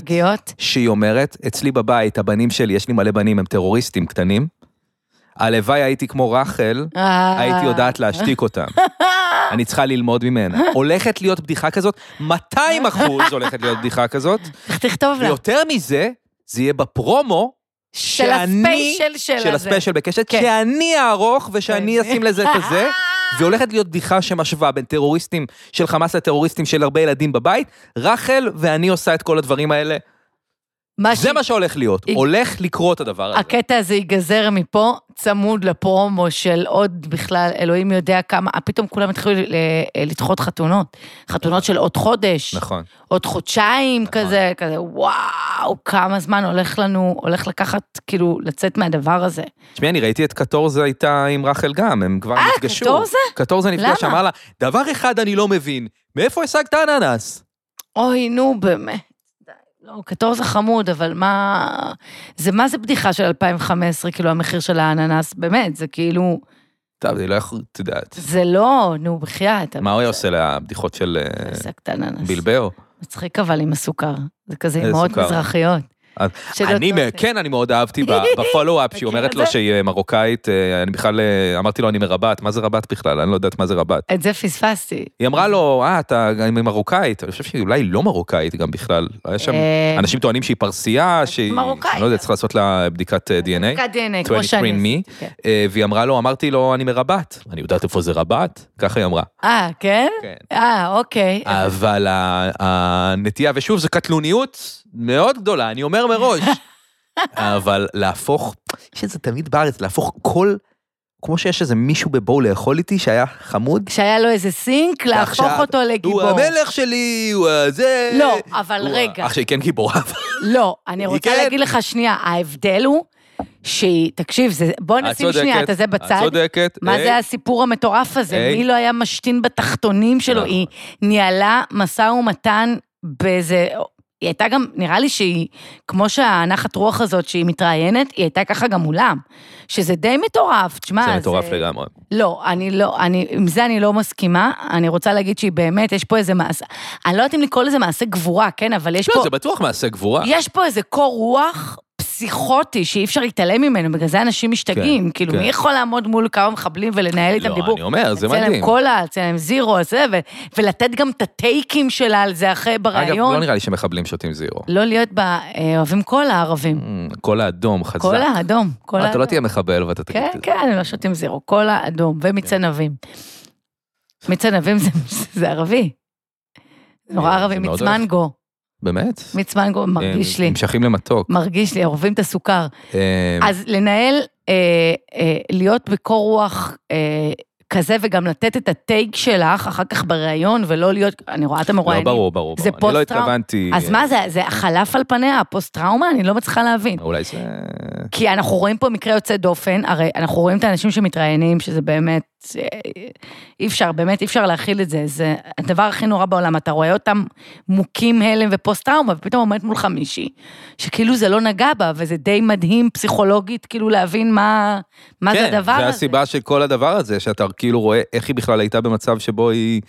אומרת, אצלי בבית, הבנים שלי, יש לי מלא בנים, הם טרוריסטים קטנים, הלוואי הייתי כמו רחל, הייתי יודעת להשתיק אותם. אני צריכה ללמוד ממנה. הולכת להיות בדיחה כזאת, 200% הולכת להיות בדיחה כזאת. תכתוב לה. ויותר מזה, זה יהיה בפרומו, של הספיישל של הספיישל בקשת, שאני אערוך ושאני אשים לזה את הזה, והולכת להיות בדיחה שמשווה בין טרוריסטים של חמאס לטרוריסטים של הרבה ילדים בבית, רחל ואני עושה את כל הדברים האלה. זה מה שהולך להיות, הולך לקרות את הדבר הזה. הקטע הזה ייגזר מפה, צמוד לפרומו של עוד בכלל, אלוהים יודע כמה, פתאום כולם התחילו לדחות חתונות, חתונות של עוד חודש, נכון. עוד חודשיים כזה, וואו, כמה זמן הולך לקחת, כאילו, לצאת מהדבר הזה. תשמעי, אני ראיתי את קטורזה איתה עם רחל גם, הם כבר נפגשו. קטורזה? קטורזה נפגש, אמר לה, דבר אחד אני לא מבין, מאיפה השגת אננס? אוי, נו, באמת. לא, קטורזה חמוד, אבל מה זה בדיחה של 2015, כאילו המחיר של האננס, באמת, זה כאילו... טוב, זה לא יכול, תדעת. זה לא, נו, בחייאת. מה הוא עושה לבדיחות של בלבאו? מצחיק אבל עם הסוכר, זה כזה מאוד מזרחיות. אני מאוד אהבתי בפולו-אפ, שהיא אומרת לו שהיא מרוקאית, אני בכלל, אמרתי לו, אני מרבת, מה זה רבת בכלל? אני לא יודעת מה זה רבת. את זה פספסתי. היא אמרה לו, אתה מרוקאית, אני חושב שהיא אולי לא מרוקאית גם בכלל, יש שם אנשים טוענים שהיא פרסייה, שהיא, אני לא יודע, צריך לעשות לה בדיקת DNA, בדיקת DNA, כמו שאני. והיא אמרה לו, אמרתי לו, אני מרבת, אני יודעת איפה זה רבת, ככה היא אמרה. כן? אוקיי. אבל הנטייה, ושוב, זו קטלוניות מאוד גדולה, אני אומר מראש, אבל להפוך, יש את זה תמיד בארץ, להפוך כל, כמו שיש איזה מישהו בבואו לאכול איתי, שהיה חמוד. שהיה לו איזה סינק, להפוך אותו לגיבור. הוא המלך שלי, הוא זה... לא, אבל רגע. אח שהיא כן גיבורה. לא, אני רוצה להגיד לך שנייה, ההבדל הוא, תקשיב, בוא נשים שנייה את זה בצד. צודקת. מה זה הסיפור המטורף הזה? מי לא היה משתין בתחתונים שלו? היא ניהלה משא ומתן באיזה... היא הייתה גם, נראה לי שהיא, כמו שהנחת רוח הזאת שהיא מתראיינת, היא הייתה ככה גם מולם, שזה די מטורף, תשמע. זה מטורף לגמרי. לא, עם זה אני לא מסכימה, אני רוצה להגיד שהיא באמת, יש פה איזה מעשה, אני לא יודעת אם לקרוא לזה מעשה גבורה, כן, אבל יש פה... לא, זה בטוח מעשה גבורה. יש פה איזה קור רוח פסיכוטי, שאי אפשר להתעלם ממנו, בגלל זה אנשים משתגעים, כאילו מי יכול לעמוד מול כמה מחבלים ולנהל איתם דיבור? לא, אני אומר, זה מדהים. אצלם קולה, אצלם זירו, ולתת גם את הטייקים שלה על זה אחרי ברעיון. אגב, לא נראה לי שמחבלים שותים זירו. לא להיות אוהבים קולה הערבים. קולה אדום, חזק. קולה אדום. אתה לא תהיה מחבל ואתה תגיד את זה. כן, כן, לא שותים זירו, קולה אדום, ומצנבים. מצנבים זה ערבי. נורא ערבי, מצמנגו. באמת? מיץ מנגו מרגיש לי. נמשכים למתוק. מרגיש לי, אורבים את הסוכר. אז לנהל, להיות בקור רוח כזה, וגם לתת את הטייק שלך, אחר כך בראיון, ולא להיות, אני רואה את המרואיינים. לא, ברור. זה אני לא התכוונתי. אז מה זה? זה החלף על פניה, הפוסט-טראומה? אני לא מצליחה להבין. אולי זה... כי אנחנו רואים פה מקרה יוצא דופן, הרי אנחנו רואים את האנשים שמתראיינים, שזה באמת, אי אפשר, באמת אי אפשר להכיל את זה, זה הדבר הכי נורא בעולם, אתה רואה אותם מוכים הלם ופוסט-טראומה, ופתאום עומד מולך מישהי, שכאילו זה לא נגע בה, וזה די מדהים פסיכולוגית, כאילו להבין מה זה הדבר הזה. כן, זה הסיבה של כל הדבר הזה, שאתה כאילו רואה איך היא בכלל הייתה במצב שבו היא...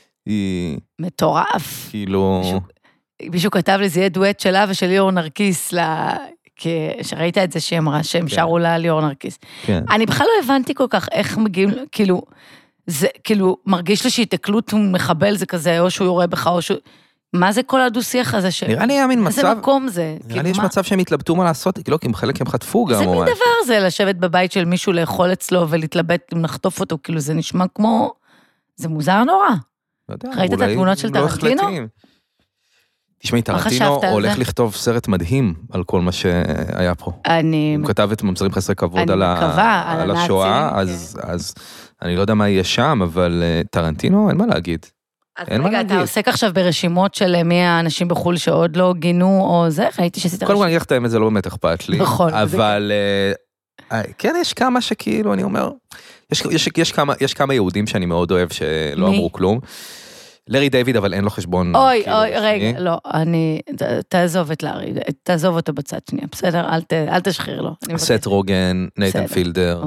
מטורף. כאילו... מישהו כתב לי, זה יהיה דואט שלה ושל ליאור נרקיס, שראית את זה שהיא אמרה, שהם שרו לה ליאור נרקיס. אני בכלל לא הבנתי כל כך איך מגיעים, כאילו, זה כאילו, מרגיש לי שהתקלות הוא מחבל, זה כזה, או שהוא יורה בך, או שהוא... מה זה כל הדו-שיח הזה? נראה לי היה מין מצב... איזה מקום זה? נראה לי יש מצב שהם התלבטו מה לעשות, כאילו, כי חלק הם חטפו גם. זה מין דבר זה, לשבת בבית של מישהו, לאכול אצלו ולהתלבט, לחטוף אותו, כאילו, זה נשמע כמו... זה מוזר נורא. ראית את התמונות של טרנטינו? תשמעי, טרנטינו הולך לכתוב סרט מדהים על כל מה שהיה פה. הוא כתב את ממזרים חסרי כבוד על השואה, אז אני לא יודע מה יהיה שם, אבל טרנטינו, אין מה להגיד. אז רגע, אתה עוסק עכשיו ברשימות של מי האנשים בחול שעוד לא גינו, או זה, ראיתי שעשית רשימות. קודם כל אני אגיד לך את האמת, זה לא באמת אכפת לי. נכון. אבל כן, יש כמה שכאילו, אני אומר, יש כמה יהודים שאני מאוד אוהב שלא אמרו כלום. לארי דיוויד, אבל אין לו חשבון. אוי, רגע, לא, תעזוב את לארי, תעזוב אותו בצד שנייה, בסדר? אל תשחרר לו. סט רוגן, נייתן פילדר,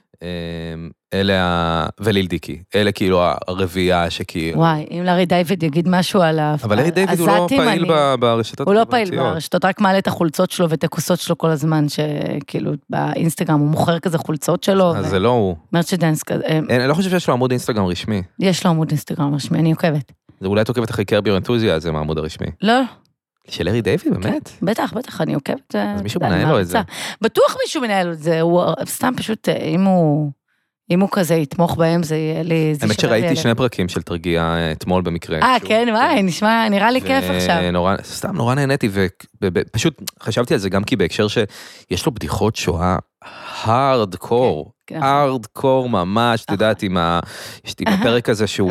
אלה, וליל דיקי, אלה כאילו הרביעייה שכאילו... וואי, אם לארי דיוויד יגיד משהו על העזתים, אבל לארי דיוויד הוא לא פעיל ברשתות. הוא לא פעיל ברשתות, רק מעלה את החולצות שלו ואת הכוסות שלו כל הזמן, שכאילו באינסטגרם הוא מוכר כזה חולצות שלו. אז זה לא הוא. מרצ'דנס כזה. אני לא חושב שיש לו עמוד אינסטגרם רשמי. יש לו עמוד אינסטגרם רשמי, אני עוקבת. זה אולי את עוקבת אחרי קרבי או אנתוזיה, זה מהעמוד הרשמי. לא. של לארי דיוויד, באמת? בטח, אני עוקבת. אז מישהו מנהל לו את זה. בטוח מישהו מנהל לו את זה, הוא סתם פשוט, אם הוא כזה יתמוך בהם, זה יהיה לי... האמת שראיתי 2 פרקים של תרגיע אתמול במקרה. כן, וואי, נראה לי כיף עכשיו. סתם נורא נהניתי, ופשוט חשבתי על זה גם כי בהקשר שיש לו בדיחות שואה הארדקור, הארדקור ממש, את יודעת, עם הפרק הזה שהוא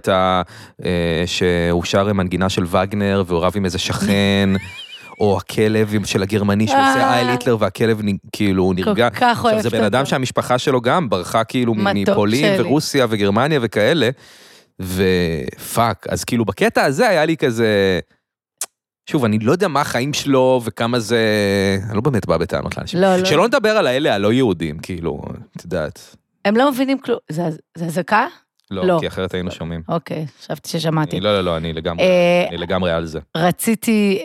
שר מנגינה של וגנר, והוא רב עם איזה שכן, או הכלב של הגרמני שעושה אייל היטלר, והכלב כאילו נרגע. עכשיו זה בן אדם שהמשפחה שלו גם ברחה כאילו מפולין ורוסיה וגרמניה וכאלה, ופאק, אז כאילו בקטע הזה היה לי כזה, שוב, אני לא יודע מה החיים שלו וכמה זה, אני לא באמת בא בטענות לאנשים. שלא נדבר על האלה הלא יהודים, כאילו, את יודעת. הם לא מבינים כלום, זה הזקה? לא, כי אחרת היינו שומעים. אוקיי, חשבתי ששמעתי. לא, אני לגמרי על זה. רציתי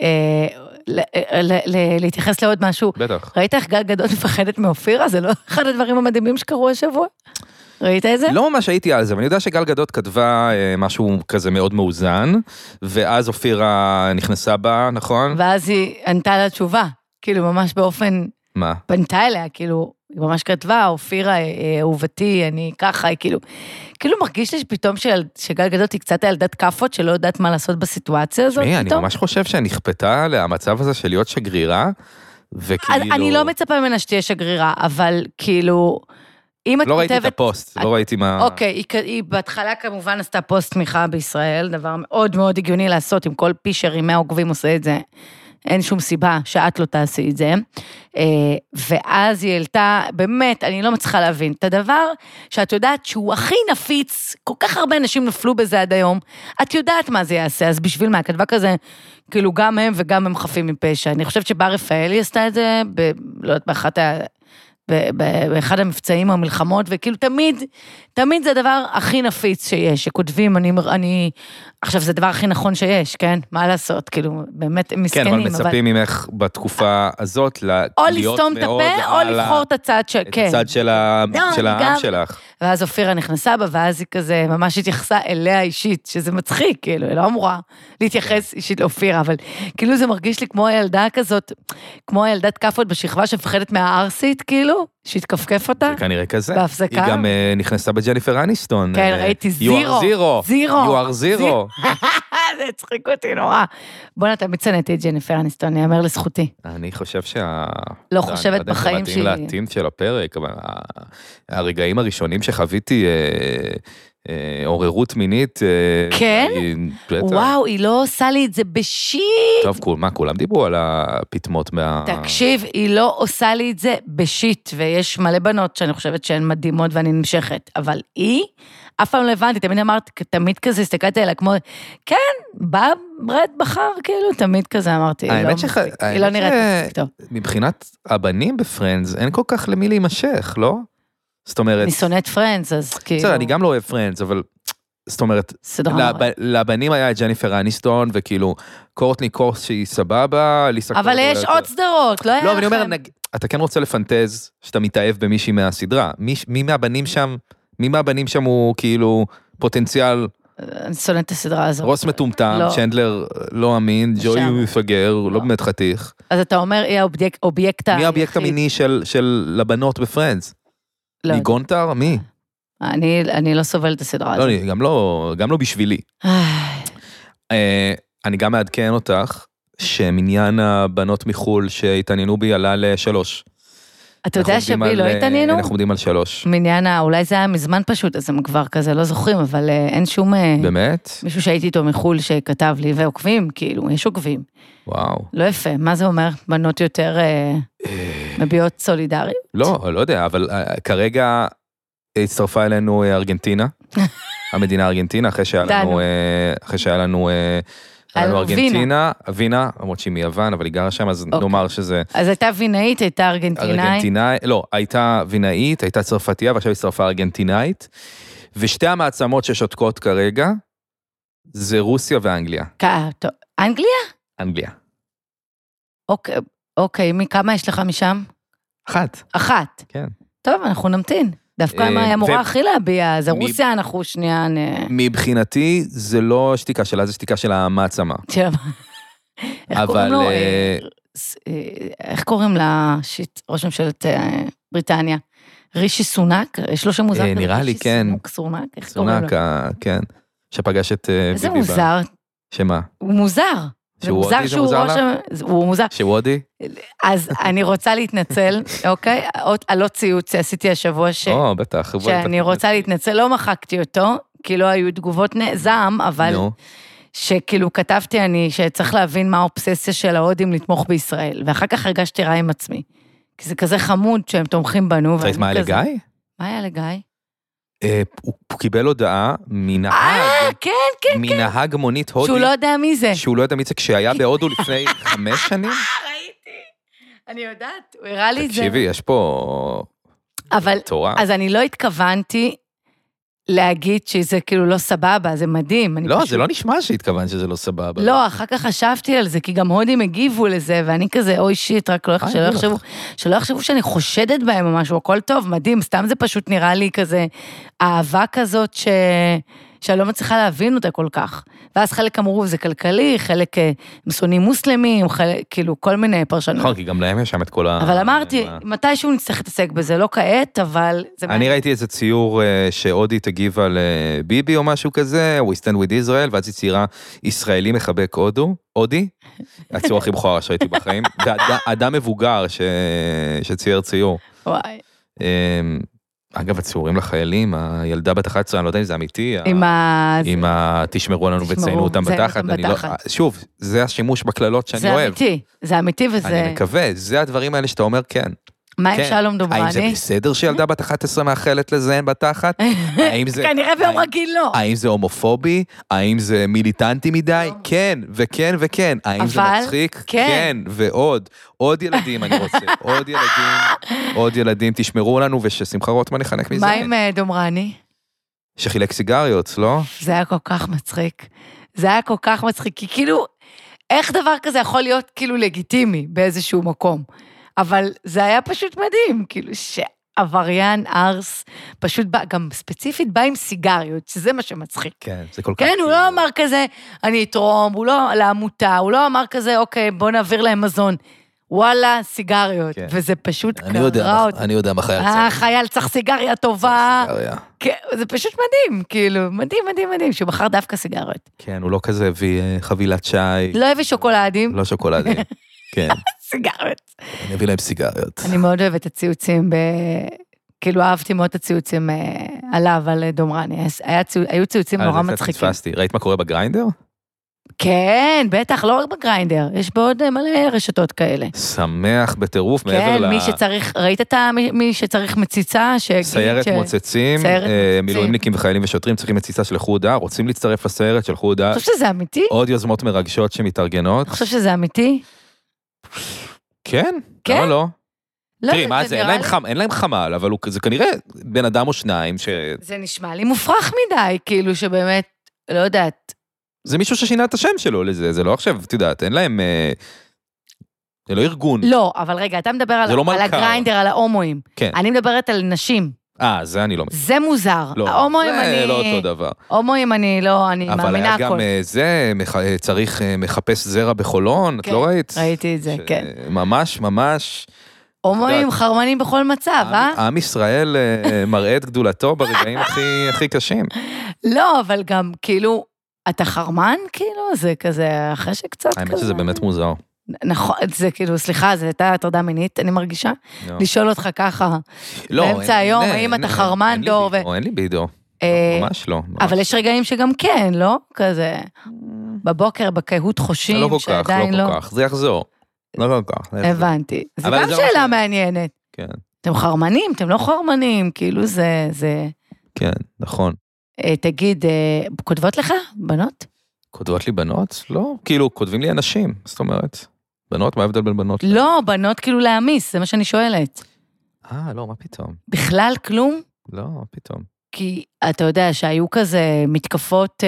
להתייחס לעוד משהו. בטח. ראית איך גל גדות מפחדת מאופירה? זה לא אחד הדברים המדהימים שקרו השבוע? ראית את זה? לא ממש הייתי על זה, אבל אני יודע שגל גדות כתבה משהו כזה מאוד מאוזן, ואז אופירה נכנסה בה, נכון? ואז היא ענתה לה תשובה, כאילו ממש באופן... מה? פנתה אליה, כאילו, היא ממש כתבה, אופירה, אהובתי, אני ככה, היא כאילו מרגיש לי שפתאום שגל גדות היא קצת הילדת כפות, שלא יודעת מה לעשות בסיטואציה הזאת. אני ממש חושב שנכפתה למצב הזה של להיות שגרירה, וכאילו... אני לא מצפה ממנה שתהיה שגרירה, אבל כאילו... לא ראיתי את הפוסט, לא ראיתי מה... אוקיי, היא בהתחלה כמובן עשתה פוסט תמיכה בישראל, דבר מאוד מאוד הגיוני לעשות, עם כל פישר, עם 100 עוקבים עושה את זה, אין שום סיבה שאת לא תעשי את זה, ואז היא העלתה, באמת, אני לא מצליחה להבין, את הדבר שאת יודעת שהוא הכי נפיץ, כל כך הרבה אנשים נפלו בזה עד היום, את יודעת מה זה יעשה, אז בשביל מה, הכתבה כזה, כאילו גם הם וגם הם חפים מפשע, אני חושבת שבר רפאלי עשתה את זה, לא יודעת, באחד המבצעים או המלחמות, וכאילו תמיד זה הדבר הכי נפיץ שיש, שכותבים, עכשיו זה הדבר הכי נכון שיש, כן? מה לעשות? כאילו, באמת הם מסכנים. כן, אבל מצפים ממך בתקופה הזאת, או לסתום את הפה, או לבחור את הצד של העם שלך. ואז אופירה נכנסה בה, ואז היא כזה ממש התייחסה אליה אישית, שזה מצחיק, כאילו, היא לא אמורה להתייחס אישית לאופירה, אבל כאילו זה מרגיש לי כמו הילדה כזאת, כמו הילדת כפות בשכבה שמפחדת מהארסית, כאילו, שהתכפכף אותה. זה כנראה כזה. בהפסקה. היא גם נכנסה בג'ניפר אניסטון. כן, ראיתי זירו. You are zero. זה זה הצחיק אותי נורא. בוא'נה, תמיד צנעתי את ג'ניפר אניסטון, יאמר לזכותי. אני חושב לא חושבת בחיים שהיא... מדהים לעתים של הפרק, אבל הרגעים הראשונים שחוויתי עוררות מינית... כן? וואו, היא לא עושה לי את זה בשיט. טוב, מה, כולם דיברו על הפתמות תקשיב, היא לא עושה לי את זה בשיט, ויש מלא בנות שאני חושבת שהן מדהימות ואני נמשכת, אבל היא... אף פעם לא הבנתי, תמיד אמרת, תמיד כזה, הסתכלתי עליה כמו, כן, בא ברד בחר, כאילו, תמיד כזה אמרתי, היא לא נראית טוב. מבחינת הבנים בפרנדס, אין כל כך למי להימשך, לא? זאת אומרת... אני שונאת פרנדס, אז כאילו... בסדר, אני גם לא אוהב פרנדס, אבל... זאת אומרת, לבנים היה את ג'ניפר אניסטון, וכאילו, קורטני קורס שהיא סבבה, אבל יש עוד סדרות, לא היה לכם. לא, אבל אני אומר, אתה כן רוצה לפנטז, שאתה מתאהב במישהי מהסדרה. מי מהבנים שם הוא כאילו פוטנציאל... אני שונאת את הסדרה הזאת. רוס מטומטם, צ'נדלר לא אמין, ג'וי הוא מפגר, לא באמת חתיך. אז אתה אומר, היא האובייקט מי האובייקט המיני של לבנות בפרנדס? מי גונטר? מי? אני לא סובלת את הסדרה הזאת. לא, גם לא בשבילי. אני גם מעדכן אותך, שמניין הבנות מחול שהתעניינו בי עלה ל3. אתה יודע שבי לא התעניינו? אנחנו עומדים על 3. מניין, אולי זה היה מזמן פשוט, אז הם כבר כזה לא זוכרים, אבל אין שום... באמת? מישהו שהייתי איתו מחול שכתב לי, ועוקבים, כאילו, יש עוקבים. וואו. לא יפה, מה זה אומר? בנות יותר מביעות סולידריות? לא יודע, אבל כרגע הצטרפה אלינו ארגנטינה, המדינה ארגנטינה, אחרי שהיה לנו ארגנטינה, אבינה, למרות שהיא מיוון, אבל היא גרה שם, אז נאמר שזה... אז הייתה וינאית, הייתה ארגנטינאי? לא, הייתה וינאית, הייתה צרפתיה, ועכשיו הצטרפה ארגנטינאית, ושתי המעצמות ששותקות כרגע, זה רוסיה ואנגליה. אנגליה? אנגליה. אוקיי, כמה יש לך משם? אחת? כן. טוב, אנחנו נמתין. דווקא מה היה אמורה הכי להביע, זה רוסיה, אנחנו שנייה... מבחינתי, זה לא שתיקה שלה, זה שתיקה של המעצמה. איך קוראים לו? איך קוראים לשיט, ראש ממשלת בריטניה? רישי סונק? יש לו שם מוזר כזה? נראה לי, כן. סונק, איך קוראים לו? סונק, כן. שפגש את ביבי. איזה מוזר. שמה? הוא מוזר. שהוא וודי זה מוזר לה? הוא מוזר. שהוא וודי? אז אני רוצה להתנצל, אוקיי? על לא ציוץ, עשיתי השבוע בטח. שאני רוצה להתנצל, לא מחקתי אותו, כי לא היו תגובות זעם, אבל שכאילו כתבתי אני שצריך להבין מה האובססיה של ההודים לתמוך בישראל, ואחר כך הרגשתי רע עם עצמי. כי זה כזה חמוד שהם תומכים בנו. ראית מה היה לגיא? מה היה לגיא? הוא קיבל הודעה מנהג מונית הודי. שהוא לא יודע מי זה. שהוא לא יודע מי זה, כשהיה בהודו לפני 5 שנים. ראיתי, אני יודעת, הוא הראה לי את זה. תקשיבי, יש פה תורה. אז אני לא התכוונתי להגיד שזה כאילו לא סבבה, זה מדהים. לא, זה לא נשמע שהתכוון שזה לא סבבה. לא, אחר כך חשבתי על זה, כי גם הודים הגיבו לזה, ואני כזה, אוי שיט, רק שלא יחשבו שאני חושדת בהם או משהו, הכל טוב, מדהים, סתם זה פשוט נראה לי כזה, אהבה כזאת שאני לא מצליחה להבין אותה כל כך. ואז חלק אמרו, זה כלכלי, חלק שונאים מוסלמים, כאילו כל מיני פרשנות. נכון, כי גם להם יש שם את כל אבל אמרתי, מתישהו נצטרך להתעסק בזה, לא כעת, אבל... אני ראיתי איזה ציור שהודי תגיבה לביבי או משהו כזה, We stand with Israel, ואז היא ציירה ישראלי מחבק הודי, הציור הכי בכורה שראיתי בחיים, ואדם מבוגר שצייר ציור. וואי. אגב, הציורים לחיילים, הילדה בת 11, אני לא יודע אם זה אמיתי, עם תשמרו לנו וציינו אותם בתחת, שוב, זה השימוש בכללות שאני אוהב. זה אמיתי וזה... אני מקווה, זה הדברים האלה שאתה אומר כן. מה עם שלום דומרני? האם זה בסדר שילדה בת 11 מאחלת לזיין בתחת? כנראה ביום רגיל לא. האם זה הומופובי? האם זה מיליטנטי מדי? כן, וכן וכן. האם זה מצחיק? כן, ועוד. עוד ילדים אני רוצה. עוד ילדים, תשמרו לנו וששמחה רוטמן יחנק מזיין. מה עם דומרני? שחילק סיגריות, לא? זה היה כל כך מצחיק. כי כאילו, איך דבר כזה יכול להיות כאילו לגיטימי באיזשהו מקום? אבל זה היה פשוט מדהים, כאילו שעבריין ארס, פשוט בא, גם ספציפית בא עם סיגריות, שזה מה שמצחיק. כן, זה כל כך... כן, הוא לא אמר כזה, אני אתרום, הוא לא לעמותה, הוא לא אמר כזה, אוקיי, בוא נעביר להם מזון. וואלה, סיגריות, וזה פשוט קרא אותי. אני יודע מה חייל צריך. חייל צריך סיגריה טובה. זה פשוט מדהים, כאילו, מדהים, מדהים, מדהים, שהוא בחר דווקא סיגריות. כן, הוא לא כזה הביא חבילת שי. לא הביא שוקולדים. לא שוקולדים, כן. סיגריות. אני אביא להם סיגריות. אני מאוד אוהבת את הציוצים, כאילו אהבתי מאוד את הציוצים עליו, על דומרני. היו ציוצים נורא מצחיקים. ראית מה קורה בגריינדר? כן, בטח, לא רק בגריינדר, יש בעוד מלא רשתות כאלה. שמח בטירוף מעבר כן, מי שצריך, ראית את מי שצריך מציצה? סיירת מוצצים, מילואימניקים וחיילים ושוטרים צריכים מציצה של חודה, רוצים להצטרף לסיירת של חודה. אתה חושב שזה אמיתי? עוד יוזמות מרגשות שמתארגנות. אתה חושב שזה אמיתי? כן, למה לא? תראי, מה זה, אין להם חמל, אבל זה כנראה בן אדם או שניים ש... זה נשמע לי מופרך מדי, כאילו שבאמת, לא יודעת, זה מישהו ששינה את השם שלו לזה, זה לא עכשיו, את יודעת, אין להם, זה לא ארגון. לא, אבל רגע, אתה מדבר על הגריינדר, על ההומואים. כן. אני מדברת על נשים. זה אני לא מבין. זה מוזר. לא, ההומואים זה לא אותו דבר. הומואים אני לא, אני מאמינה הכל. אבל היה גם זה, צריך מחפש זרע בחולון, את לא ראית? ראיתי את זה, כן. ממש, ממש. הומואים חרמנים בכל מצב, עם ישראל מראה את גדולתו ברגעים הכי קשים. לא, אבל גם כאילו, אתה חרמן כאילו? זה כזה, אחרי שקצת כזה. האמת שזה באמת מוזר. נכון, זה כאילו, סליחה, זה הייתה הטרדה מינית, אני מרגישה? לשאול אותך ככה, באמצע היום, האם אתה חרמן דור? אין לי בידו, ממש לא. אבל יש רגעים שגם כן, לא? כזה, בבוקר, בקהות חושים, שעדיין לא. לא כל כך, זה יחזור. לא כל כך. הבנתי. זה גם שאלה מעניינת. כן. אתם חרמנים, אתם לא חרמנים, כאילו זה... כן, נכון. תגיד, כותבות לך, בנות? כותבות לי בנות? לא, כאילו, כותבים לי אנשים, זאת אומרת. בנות, מה ההבדל בין בנות? לא, בנות כאילו להמיס, זה מה שאני שואלת. לא, מה פתאום? בכלל כלום? לא, מה פתאום? כי אתה יודע שהיו כזה מתקפות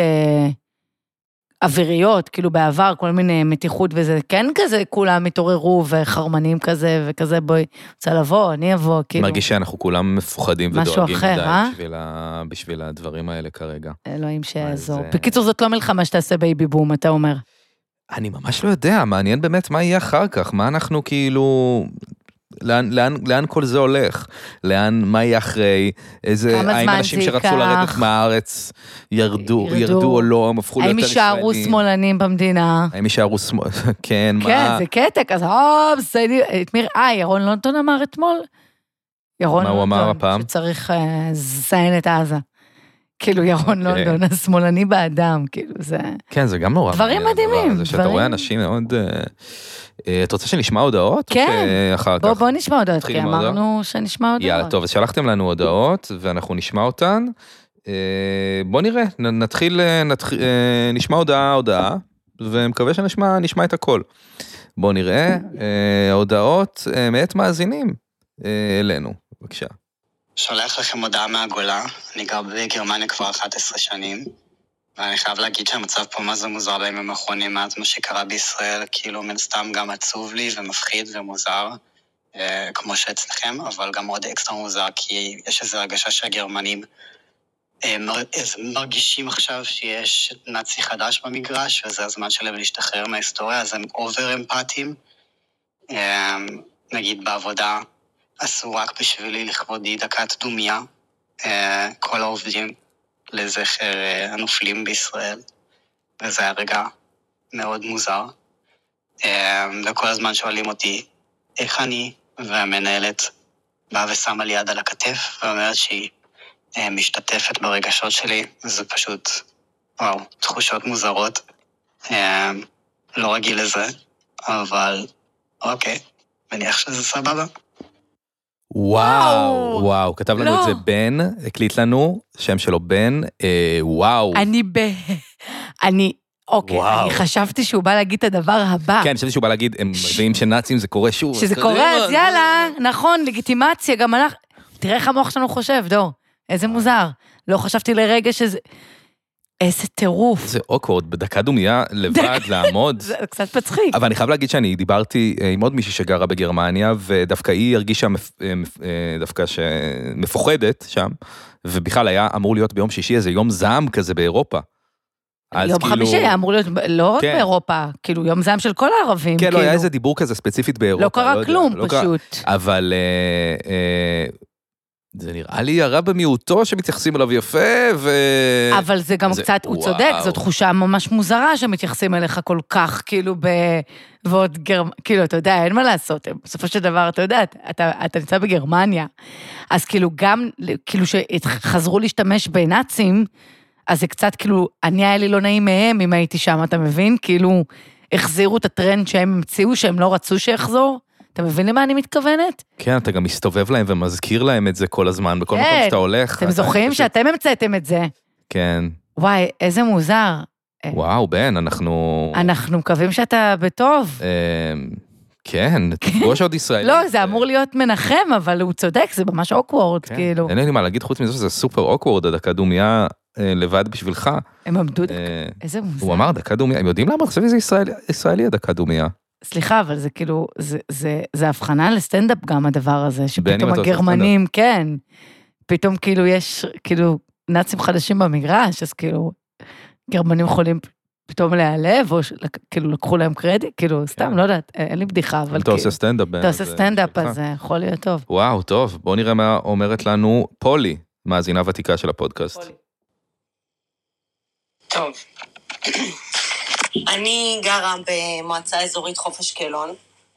אוויריות, כאילו בעבר, כל מיני מתיחות וזה, כן כזה, כולם מתעוררו וחרמנים כזה, וכזה בואי, רוצה לבוא, אני אבוא, כאילו. מרגיש שאנחנו כולם מפוחדים ודואגים אחר, בשביל הדברים האלה כרגע. אלוהים שיעזור. בקיצור, זאת לא מלחמה שתעשה בייבי בום, אתה אומר. אני ממש לא יודע, מעניין באמת מה יהיה אחר כך, מה אנחנו כאילו... לאן כל זה הולך? מה יהיה אחרי? האם אנשים שרצו לרדת מהארץ ירדו או לא, הם הפכו ליותר ישראלים? האם יישארו שמאלנים במדינה? האם יישארו שמאל... כן, מה? כן, זה קטע כזה, ירון לונדון אמר אתמול? מה הוא אמר הפעם? שצריך לזיין את עזה. כאילו ירון לונדון, השמאלני באדם, כאילו זה... כן, זה גם נורא. דברים מדהימים. זה שאתה רואה אנשים מאוד... את רוצה שנשמע הודעות? כן, בוא נשמע הודעות, כי אמרנו שנשמע הודעות. יאללה, טוב, אז שלחתם לנו הודעות, ואנחנו נשמע אותן. בוא נראה, נשמע הודעה, ומקווה שנשמע את הכל. בוא נראה, הודעות מאת מאזינים אלינו, בבקשה. שולח לכם הודעה מהגולה, אני גר בגרמניה כבר 11 שנים, ואני חייב להגיד שהמצב פה מה זה מוזר בימים האחרונים, מאז מה שקרה בישראל, כאילו מן סתם גם עצוב לי ומפחיד ומוזר, כמו שאצלכם, אבל גם מאוד אקסטרה מוזר, כי יש איזו הרגשה שהגרמנים מרגישים עכשיו שיש נאצי חדש במגרש, וזה הזמן שלהם להשתחרר מההיסטוריה, אז הם אובר אמפתיים, נגיד בעבודה, עשו רק בשבילי לכבודי דקת דומיה, כל העובדים לזכר הנופלים בישראל, וזה היה רגע מאוד מוזר. וכל הזמן שואלים אותי איך אני, והמנהלת באה ושמה לי יד על הכתף, ואומרת שהיא משתתפת ברגשות שלי, וזה פשוט, וואו, תחושות מוזרות. לא רגיל לזה, אבל אוקיי, מניח שזה סבבה. וואו, כתב לנו את זה בן, הקליט לנו, שם שלו בן, וואו. אוקיי, אני חשבתי שהוא בא להגיד את הדבר הבא. כן, חשבתי שהוא בא להגיד, הם מביאים שנאצים זה קורה שוב. שזה קורה, אז יאללה, נכון, לגיטימציה, גם אנחנו, תראה איך המוח שלנו חושב, דור, איזה מוזר. לא חשבתי לרגע שזה... איזה טירוף. זה אוקוורד, בדקה דומיה לבד לעמוד. זה קצת מצחיק. אבל אני חייב להגיד שאני דיברתי עם עוד מישהי שגרה בגרמניה, ודווקא היא הרגישה דווקא שמפוחדת שם, ובכלל היה אמור להיות ביום שישי איזה יום זעם כזה באירופה. יום חמישי היה אמור להיות לא רק באירופה, כאילו יום זעם של כל הערבים. כן, לא, היה איזה דיבור כזה ספציפית באירופה. לא קרה כלום פשוט. אבל זה נראה לי הרע במיעוטו שמתייחסים אליו יפה, אבל זה גם קצת, הוא צודק, זו תחושה ממש מוזרה שמתייחסים אליך כל כך, כאילו ועוד כאילו, אתה יודע, אין מה לעשות, בסופו של דבר, אתה יודע, אתה נמצא בגרמניה, אז כאילו גם, כאילו שחזרו להשתמש בנאצים, אז זה קצת כאילו, היה לי לא נעים מהם אם הייתי שם, אתה מבין? כאילו, החזירו את הטרנד שהם המציאו, שהם לא רצו שיחזור, אתה מבין למה אני מתכוונת? כן, אתה גם מסתובב להם ומזכיר להם את זה כל הזמן, בכל מקום שאתה הולך. אתם זוכרים שאתם המצאתם את זה. כן. וואי, איזה מוזר. וואו, בן, אנחנו מקווים שאתה בטוב. כן, תפגוש עוד ישראלי. לא, זה אמור להיות מנחם, אבל הוא צודק, זה ממש אוקוורד, כאילו. אין לי מה להגיד חוץ מזה שזה סופר אוקוורד, הדקה דומיה לבד בשבילך. הם עמדו, איזה מוזר. הוא אמר, דקה דומיה, הם יודעים למה? חשבתי זה ישראלי, הדקה דומיה. סליחה, אבל זה כאילו, זה הבחנה לסטנדאפ גם הדבר הזה, שפתאום הגרמנים, כן, פתאום כאילו יש, כאילו, נאצים חדשים במגרש, אז כאילו, גרמנים יכולים פתאום להיעלב, או כאילו לקחו להם קרדיט, כאילו, סתם, לא יודעת, אין לי בדיחה, אבל כאילו. אתה עושה סטנדאפ. אתה עושה סטנדאפ, אז יכול להיות טוב. וואו, טוב, בואו נראה מה אומרת לנו פולי, מאזינה ותיקה של הפודקאסט. טוב. אני גרה במועצה אזורית חוף אשקלון.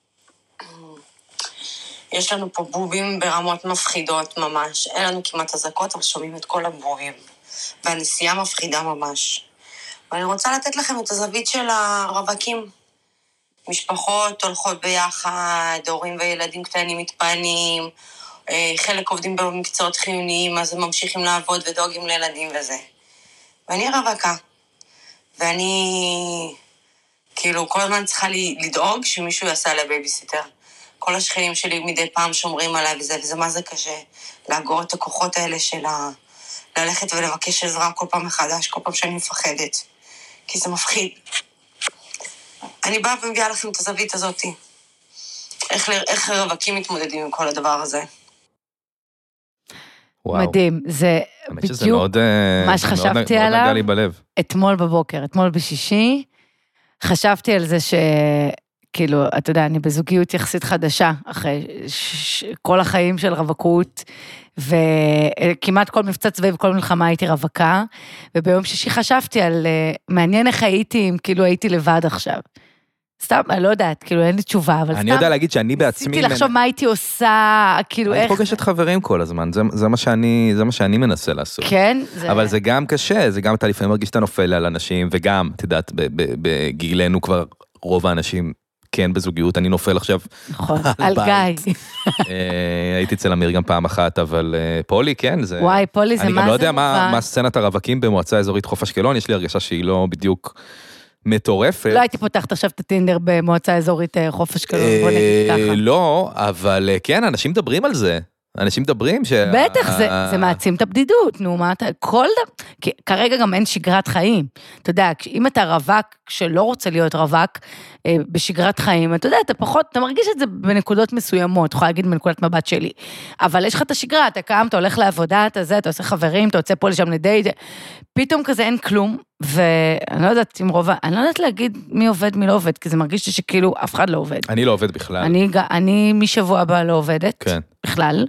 יש לנו פה בובים ברמות מפחידות ממש. אין לנו כמעט הזקות, אבל שומעים את כל הבובים. והנסיעה מפחידה ממש. ואני רוצה לתת לכם את הזווית של הרווקים. משפחות הולכות ביחד, הורים וילדים קטנים מתפענים, חלק עובדים במקצועות חיוניים, אז הם ממשיכים לעבוד ודואגים לילדים וזה. ואני רווקה. ואני כאילו כל הזמן צריכה לדאוג שמישהו יעשה עליה בייביסיטר. כל השכנים שלי מדי פעם שומרים עליי וזה מה זה קשה. לאגור את הכוחות האלה של ללכת ולבקש עזרה כל פעם מחדש, כל פעם שאני מפחדת. כי זה מפחיד. אני באה ומביאה לכם את הזווית הזאת. איך רווקים מתמודדים עם כל הדבר הזה. מדהים, זה בדיוק מה שחשבתי עליו, אתמול בבוקר, אתמול בשישי, חשבתי על זה שכאילו, אתה יודע, אני בזוגיות יחסית חדשה, אחרי כל החיים של רווקות, וכמעט כל מבצע צבאי וכל מלחמה הייתי רווקה, וביום שישי חשבתי על, מעניין איך הייתי אם כאילו הייתי לבד עכשיו. סתם, אני לא יודעת, כאילו אין לי תשובה, אבל סתם. אני יודע להגיד שאני בעצמי... ניסיתי לחשוב מה הייתי עושה, כאילו איך... אני פוגשת חברים כל הזמן, זה מה שאני מנסה לעשות. כן? אבל זה גם קשה, זה גם אתה לפעמים מרגיש שאתה נופל על אנשים, וגם, את יודעת, בגילנו כבר רוב האנשים כן בזוגיות, אני נופל עכשיו על גיא. הייתי אצל אמיר גם פעם אחת, אבל פולי, כן, זה... וואי, פולי זה מה זה אני גם לא יודע מה סצנת הרווקים במועצה אזורית חוף אשקלון, יש לי הרגשה שהיא לא בדיוק... מטורפת. לא הייתי פותחת עכשיו את הטינדר במועצה אזורית חוף אשקלון, בוא נגיד ככה. לא, אבל כן, אנשים מדברים על זה. אנשים מדברים בטח, זה מעצים את הבדידות, נו, מה אתה, כי כרגע גם אין שגרת חיים. אתה יודע, אם אתה רווק שלא רוצה להיות רווק בשגרת חיים, אתה יודע, אתה מרגיש את זה בנקודות מסוימות, יכולה להגיד בנקודת מבט שלי. אבל יש לך את השגרה, אתה קם, אתה הולך לעבודה, אתה עושה חברים, אתה יוצא פה לשם לדייט, פתאום כזה אין כלום, ואני לא יודעת אם אני לא יודעת להגיד מי עובד, מי לא עובד, כי זה מרגיש לי שכאילו אף אחד לא עובד. אני לא עובד בכלל. אני משבוע הבא לא עובדת, כן. בכלל,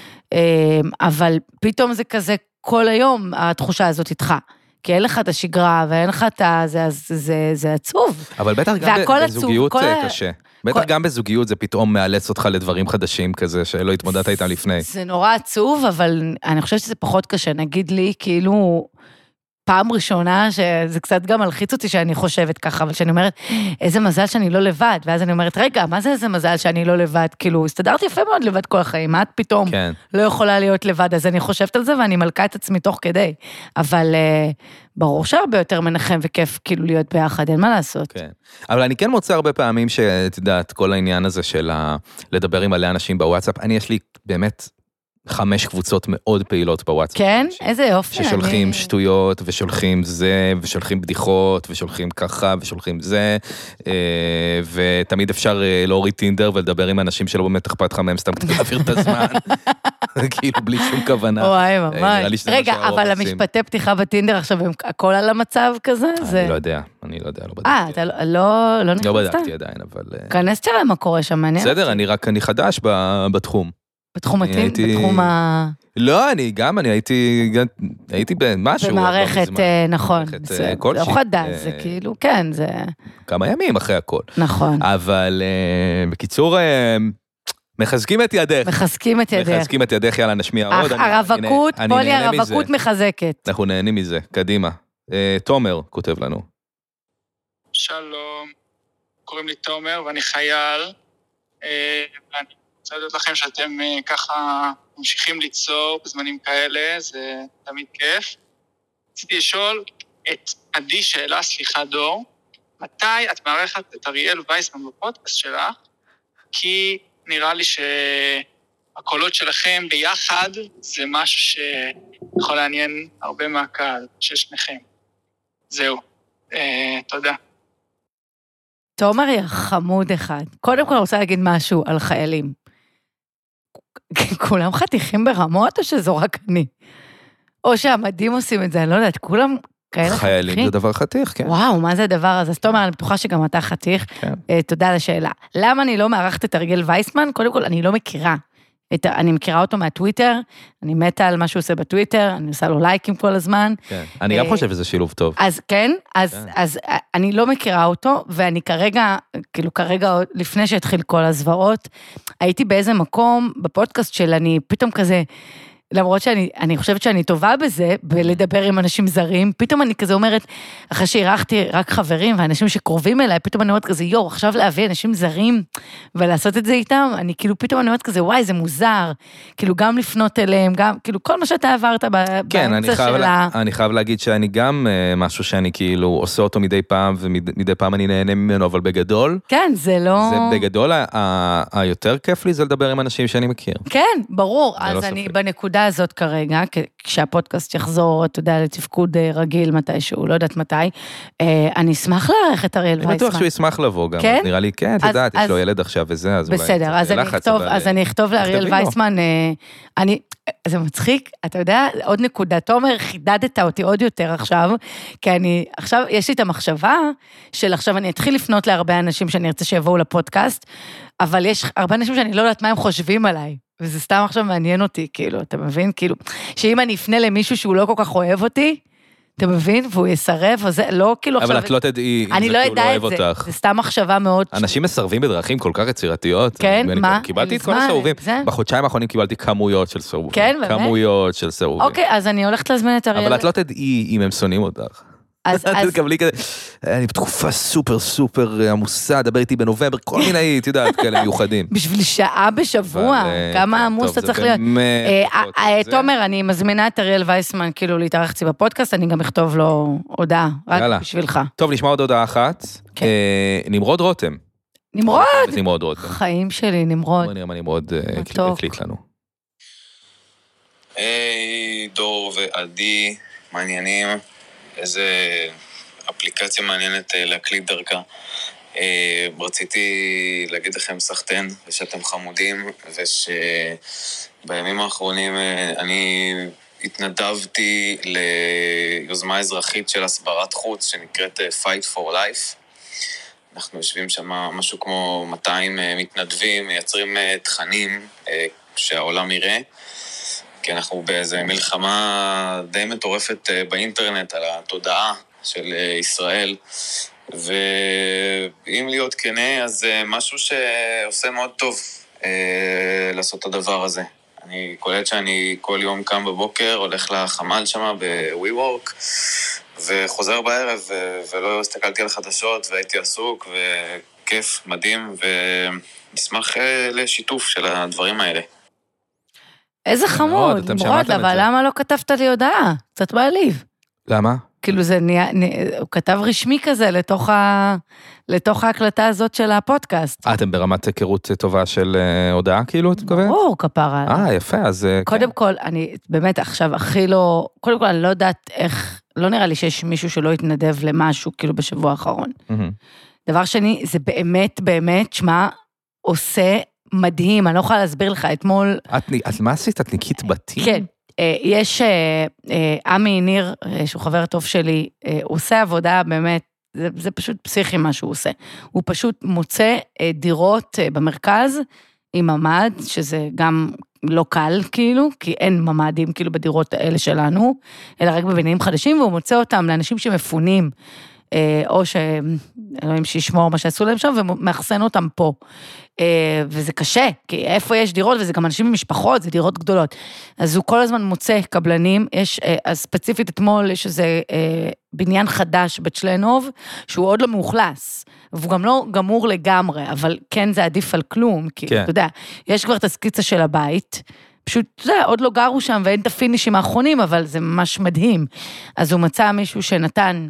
אבל פתאום זה כזה כל היום התחושה הזאת איתך, כי אין לך את השגרה ואין לך את זה עצוב. אבל בטח גם בזוגיות זה קשה. בטח גם בזוגיות זה פתאום מאלץ אותך לדברים חדשים כזה שלא התמודדת איתם לפני. זה נורא עצוב, אבל אני חושבת שזה פחות קשה. נגיד לי, כאילו, פעם ראשונה שזה קצת גם מלחיץ אותי שאני חושבת ככה, אבל שאני אומרת, איזה מזל שאני לא לבד, ואז אני אומרת, רגע, מה זה איזה מזל שאני לא לבד? כאילו, הסתדרתי יפה מאוד לבד כל החיים, מה את פתאום לא יכולה להיות לבד, אז אני חושבת על זה ואני מלכה את עצמי תוך כדי, אבל ברור שהרבה יותר מנחם וכיף כאילו להיות ביחד, אין מה לעשות. כן, אבל אני כן מוצא הרבה פעמים שאת יודעת, כל העניין הזה של לדבר עם מלא אנשים בוואטסאפ, יש לי באמת 5 קבוצות מאוד פעילות בוואטסאפ. כן? איזה יופי. ששולחים שטויות, ושולחים זה, ושולחים בדיחות, ושולחים ככה, ושולחים זה, ותמיד אפשר להוריד טינדר ולדבר עם אנשים שלא באמת אכפת לך מהם, סתם כדי להעביר את הזמן. כאילו בלי שום כוונה. וואי, ממש. רגע, אבל המשפטי פתיחה בטינדר עכשיו, הם הכל על המצב כזה? אני לא יודע, לא בדקתי. אתה לא נכנסת? לא בדקתי עדיין, אבל... כנס תראה מה קורה שם, מעניין. בסדר, אני חדש בתחום. בתחום בתחום ה... לא, אני הייתי במשהו. במערכת, נכון. לא חדש, זה כאילו, כן, זה... כמה ימים אחרי הכל. נכון. אבל בקיצור, מחזקים את ידך. מחזקים את ידך, יאללה, נשמיע עוד. הרווקות, פולי הרווקות מחזקת. אנחנו נהנים מזה, קדימה. תומר כותב לנו. שלום, קוראים לי תומר ואני חייל, ואני רוצה לדעת לכם שאתם ככה ממשיכים ליצור בזמנים כאלה, זה תמיד כיף. רציתי לשאול את עדי שאלה, סליחה דור, מתי את מארחת את אריאל וייסמן בפודקאסט שלך? כי נראה לי שהקולות שלכם ביחד זה משהו שיכול לעניין הרבה מהקהל של שניכם. זהו, תודה. תומר היא חמוד אחד. קודם כל אני רוצה להגיד משהו על חיילים. כולם חתיכים ברמות או שזו רק אני? או שהמדים עושים את זה, אני לא יודעת, כולם כאלה חתיכים? חיילים זה דבר חתיך, כן. וואו, מה זה הדבר הזה? אז תומר, אני בטוחה שגם אתה חתיך. תודה על השאלה. למה אני לא מארחת את אריאל וייסמן? קודם כל, אני לא מכירה. אני מכירה אותו מהטוויטר, אני מתה על מה שהוא עושה בטוויטר, אני עושה לו לייקים כל הזמן. כן, אני גם חושב שזה שילוב טוב. אז כן, אז אני לא מכירה אותו, ואני כרגע, כאילו כרגע, לפני שהתחיל כל הזוועות, הייתי באיזה מקום בפודקאסט של אני פתאום כזה, למרות שאני חושבת שאני טובה בזה, בלדבר עם אנשים זרים, פתאום אני כזה אומרת, אחרי שהירחתי רק חברים ואנשים שקרובים אליי, פתאום אני אומרת כזה, עכשיו להביא אנשים זרים ולעשות את זה איתם, אני כאילו פתאום אני אומרת כזה, וואי, זה מוזר, כאילו גם לפנות אליהם, גם, כאילו כל מה שאתה עברת באמצע שלה. אני חייב להגיד שאני גם משהו שאני כאילו עושה אותו מדי פעם, ומדי פעם אני נהנה ממנו, אבל בגדול. כן, זה לא... זה בגדול, היותר כיף לי זה לדבר עם אנשים שאני מכיר. כן, ברור, אז אני בנקודה הזאת כרגע, כשהפודקאסט יחזור, אתה יודע, לתפקוד רגיל מתישהו, לא יודעת מתי, אני אשמח להערך את אריאל וייסמן. אני בטוח שהוא ישמח לבוא גם, כן? נראה לי, כן, את יודעת, יש לו ילד עכשיו וזה, אז אולי... בסדר, אז אני אכתוב לאריאל וייסמן, זה מצחיק, אתה יודע, עוד נקודה, תומר, חידדת אותי עוד יותר עכשיו, כי עכשיו, יש לי את המחשבה, של עכשיו אני אתחיל לפנות להרבה אנשים שאני ארצה שיבואו לפודקאסט, אבל יש הרבה אנשים שאני לא יודעת מה הם חושבים עליי, וזה סתם עכשיו מעניין אותי, כאילו, אתה מבין? כאילו, שאם אני אפנה למישהו שהוא לא כל כך אוהב אותי, אתה מבין? והוא יסרב, אז זה לא כאילו עכשיו... אבל את לא תדעי אם זה כאילו לא אוהב אותך. זה סתם מחשבה מאוד... אנשים מסרבים בדרכים כל כך יצירתיות. כן, מה? קיבלתי את כל הסירובים. בחודשיים האחרונים קיבלתי כמויות של סירובים. כן, באמת? כמויות של סירובים. אוקיי, אז אני הולכת להזמין את אריאל... אבל את לא תדעי אם הם שונאים אותך. אז... תקבלי כזה, אני בתקופה סופר עמוסה, דבר איתי בנובמבר, כל מיני, את יודעת, כאלה מיוחדים. בשביל שעה בשבוע, כמה עמוס אתה צריך להיות. תומר, אני מזמינה את אריאל וייסמן, כאילו להתארח אצלי בפודקאסט, אני גם אכתוב לו הודעה, רק בשבילך. טוב, נשמע עוד הודעה אחת. נמרוד רותם. נמרוד? חיים שלי, נמרוד. בוא נראה מה נמרוד הקליט לנו. היי, דור ועדי, מעניינים. איזה אפליקציה מעניינת להקליט דרכה. רציתי להגיד לכם סחטן, ושאתם חמודים, ושבימים האחרונים אני התנדבתי ליוזמה אזרחית של הסברת חוץ, שנקראת Fight for Life. אנחנו יושבים שם משהו כמו 200 מתנדבים, מייצרים תכנים שהעולם יראה. כי אנחנו באיזו מלחמה די מטורפת באינטרנט על התודעה של ישראל, ואם להיות כנה, אז זה משהו שעושה מאוד טוב לעשות את הדבר הזה. אני קולט שאני כל יום קם בבוקר, הולך לחמ"ל שם ב-WeWork, וחוזר בערב, ולא הסתכלתי על חדשות, והייתי עסוק, וכיף, מדהים, ונשמח לשיתוף של הדברים האלה. איזה חמוד, נמרוד, אבל למה לא כתבת לי הודעה? קצת מעליב. למה? כאילו זה הוא כתב רשמי כזה לתוך ההקלטה הזאת של הפודקאסט. אתם ברמת היכרות טובה של הודעה, כאילו, את מקווה? ברור, כפרה. יפה, אז... קודם כל, אני באמת עכשיו הכי לא... קודם כל, אני לא יודעת איך... לא נראה לי שיש מישהו שלא יתנדב למשהו, כאילו, בשבוע האחרון. דבר שני, זה באמת, באמת, שמה, עושה מדהים, אני לא יכולה להסביר לך, אתמול... מה עשית? את ניקית בתים? כן. יש עמי ניר, שהוא חבר טוב שלי, הוא עושה עבודה באמת, זה פשוט פסיכי מה שהוא עושה. הוא פשוט מוצא דירות במרכז עם ממד, שזה גם לא קל כאילו, כי אין ממדים כאילו בדירות האלה שלנו, אלא רק בבניינים חדשים, והוא מוצא אותם לאנשים שמפונים, או שאלוהים שישמור מה שעשו להם שם, ומאחסן אותם פה. וזה קשה, כי איפה יש דירות, וזה גם אנשים במשפחות, זה דירות גדולות. אז הוא כל הזמן מוצא קבלנים, יש, אז ספציפית אתמול יש איזה בניין חדש בצ'לנוב, שהוא עוד לא מאוכלס, והוא גם לא גמור לגמרי, אבל כן זה עדיף על כלום, כי אתה יודע, יש כבר את הסקיצה של הבית, פשוט, אתה יודע, עוד לא גרו שם, ואין את הפינישים האחרונים, אבל זה ממש מדהים. אז הוא מצא מישהו שנתן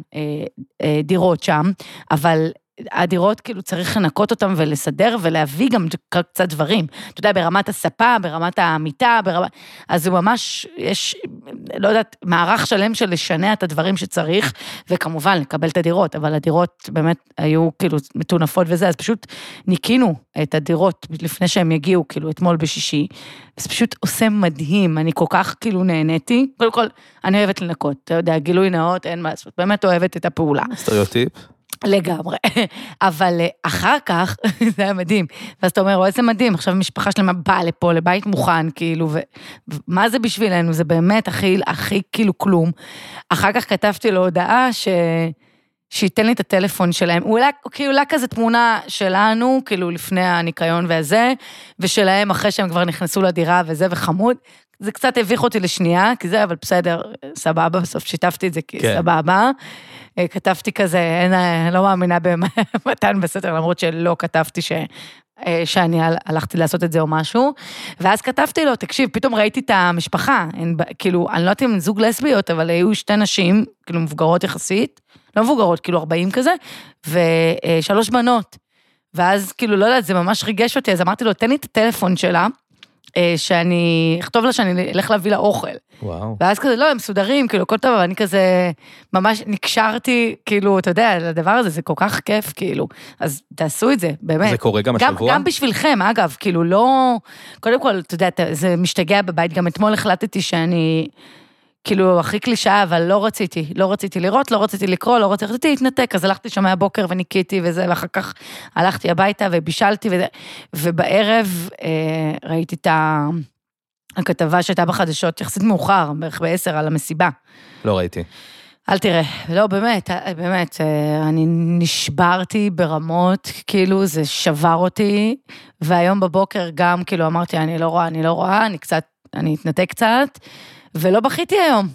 דירות שם, אבל הדירות כאילו צריך לנקות אותם ולסדר, ולהביא גם קצת דברים. אתה יודע, ברמת הספה, ברמת המיטה, אז הוא ממש, יש, לא יודעת, מערך שלם של לשנע את הדברים שצריך, וכמובן לקבל את הדירות, אבל הדירות באמת היו כאילו מטונפות וזה, אז פשוט ניקינו את הדירות לפני שהם יגיעו, כאילו אתמול בשישי, זה פשוט עושה מדהים, אני כל כך כאילו נהניתי, קודם כל, אני אוהבת לנקות, אתה יודע, גילוי נאות, אין מה לעשות, באמת אוהבת את הפעולה. סטריאוטיפ? לגמרי, אבל אחר כך, זה היה מדהים, ואז אתה אומר, איזה מדהים, עכשיו המשפחה שלמה באה לפה, לבית מוכן, כאילו, ומה זה בשבילנו, זה באמת הכי כאילו כלום, אחר כך כתבתי לו הודעה, שייתן לי את הטלפון שלהם, הוא כאילו כזה תמונה שלנו, כאילו לפני הניקיון והזה, ושלהם אחרי שהם כבר נכנסו לדירה וזה וחמוד, זה קצת הביך אותי לשנייה, כי זה, אבל בסדר, סבבה, בסוף שיתפתי את זה, כי סבבה, כתבתי כזה, אני לא מאמינה במתן בסדר, למרות שלא כתבתי שאני הלכתי לעשות את זה או משהו, ואז כתבתי לו, תקשיב, פתאום ראיתי את המשפחה, כאילו, אני לא יודעת אם זוג לסביות, אבל היו שתי נשים, כאילו מבוגרות יחסית, לא מבוגרות, כאילו 40 כזה, ו3 בנות, ואז כאילו, לא יודעת, זה ממש ריגש אותי, אז אמרתי לו, תן לי את הטלפון שלה, שאני אכתוב לה שאני אלך להביא לה אוכל. וואו. ואז כזה, לא, הם מסודרים, כאילו, כל טוב, אני כזה, ממש נקשרתי, כאילו, אתה יודע, לדבר הזה, זה כל כך כיף, כאילו, אז תעשו את זה, באמת. זה קורה גם השבוע? גם בשבילכם, אגב, כאילו, לא, קודם כל, אתה יודע, זה משתגע בבית, גם אתמול החלטתי שאני, כאילו, הכי קלישאה, אבל לא רציתי לראות, לא רציתי לקרוא, לא רציתי להתנתק, אז הלכתי שם מהבוקר וניקיתי וזה, ואחר כך הלכתי הביתה ובישלתי וזה, ובערב ראיתי את הכתבה שהייתה בחדשות, יחסית מאוחר, בערך ב10 על המסיבה. לא ראיתי. אל תראה, לא, באמת, אני נשברתי ברמות, כאילו, זה שבר אותי, והיום בבוקר גם, כאילו, אמרתי, אני לא רואה, אני אתנתק קצת, ולא בכיתי היום.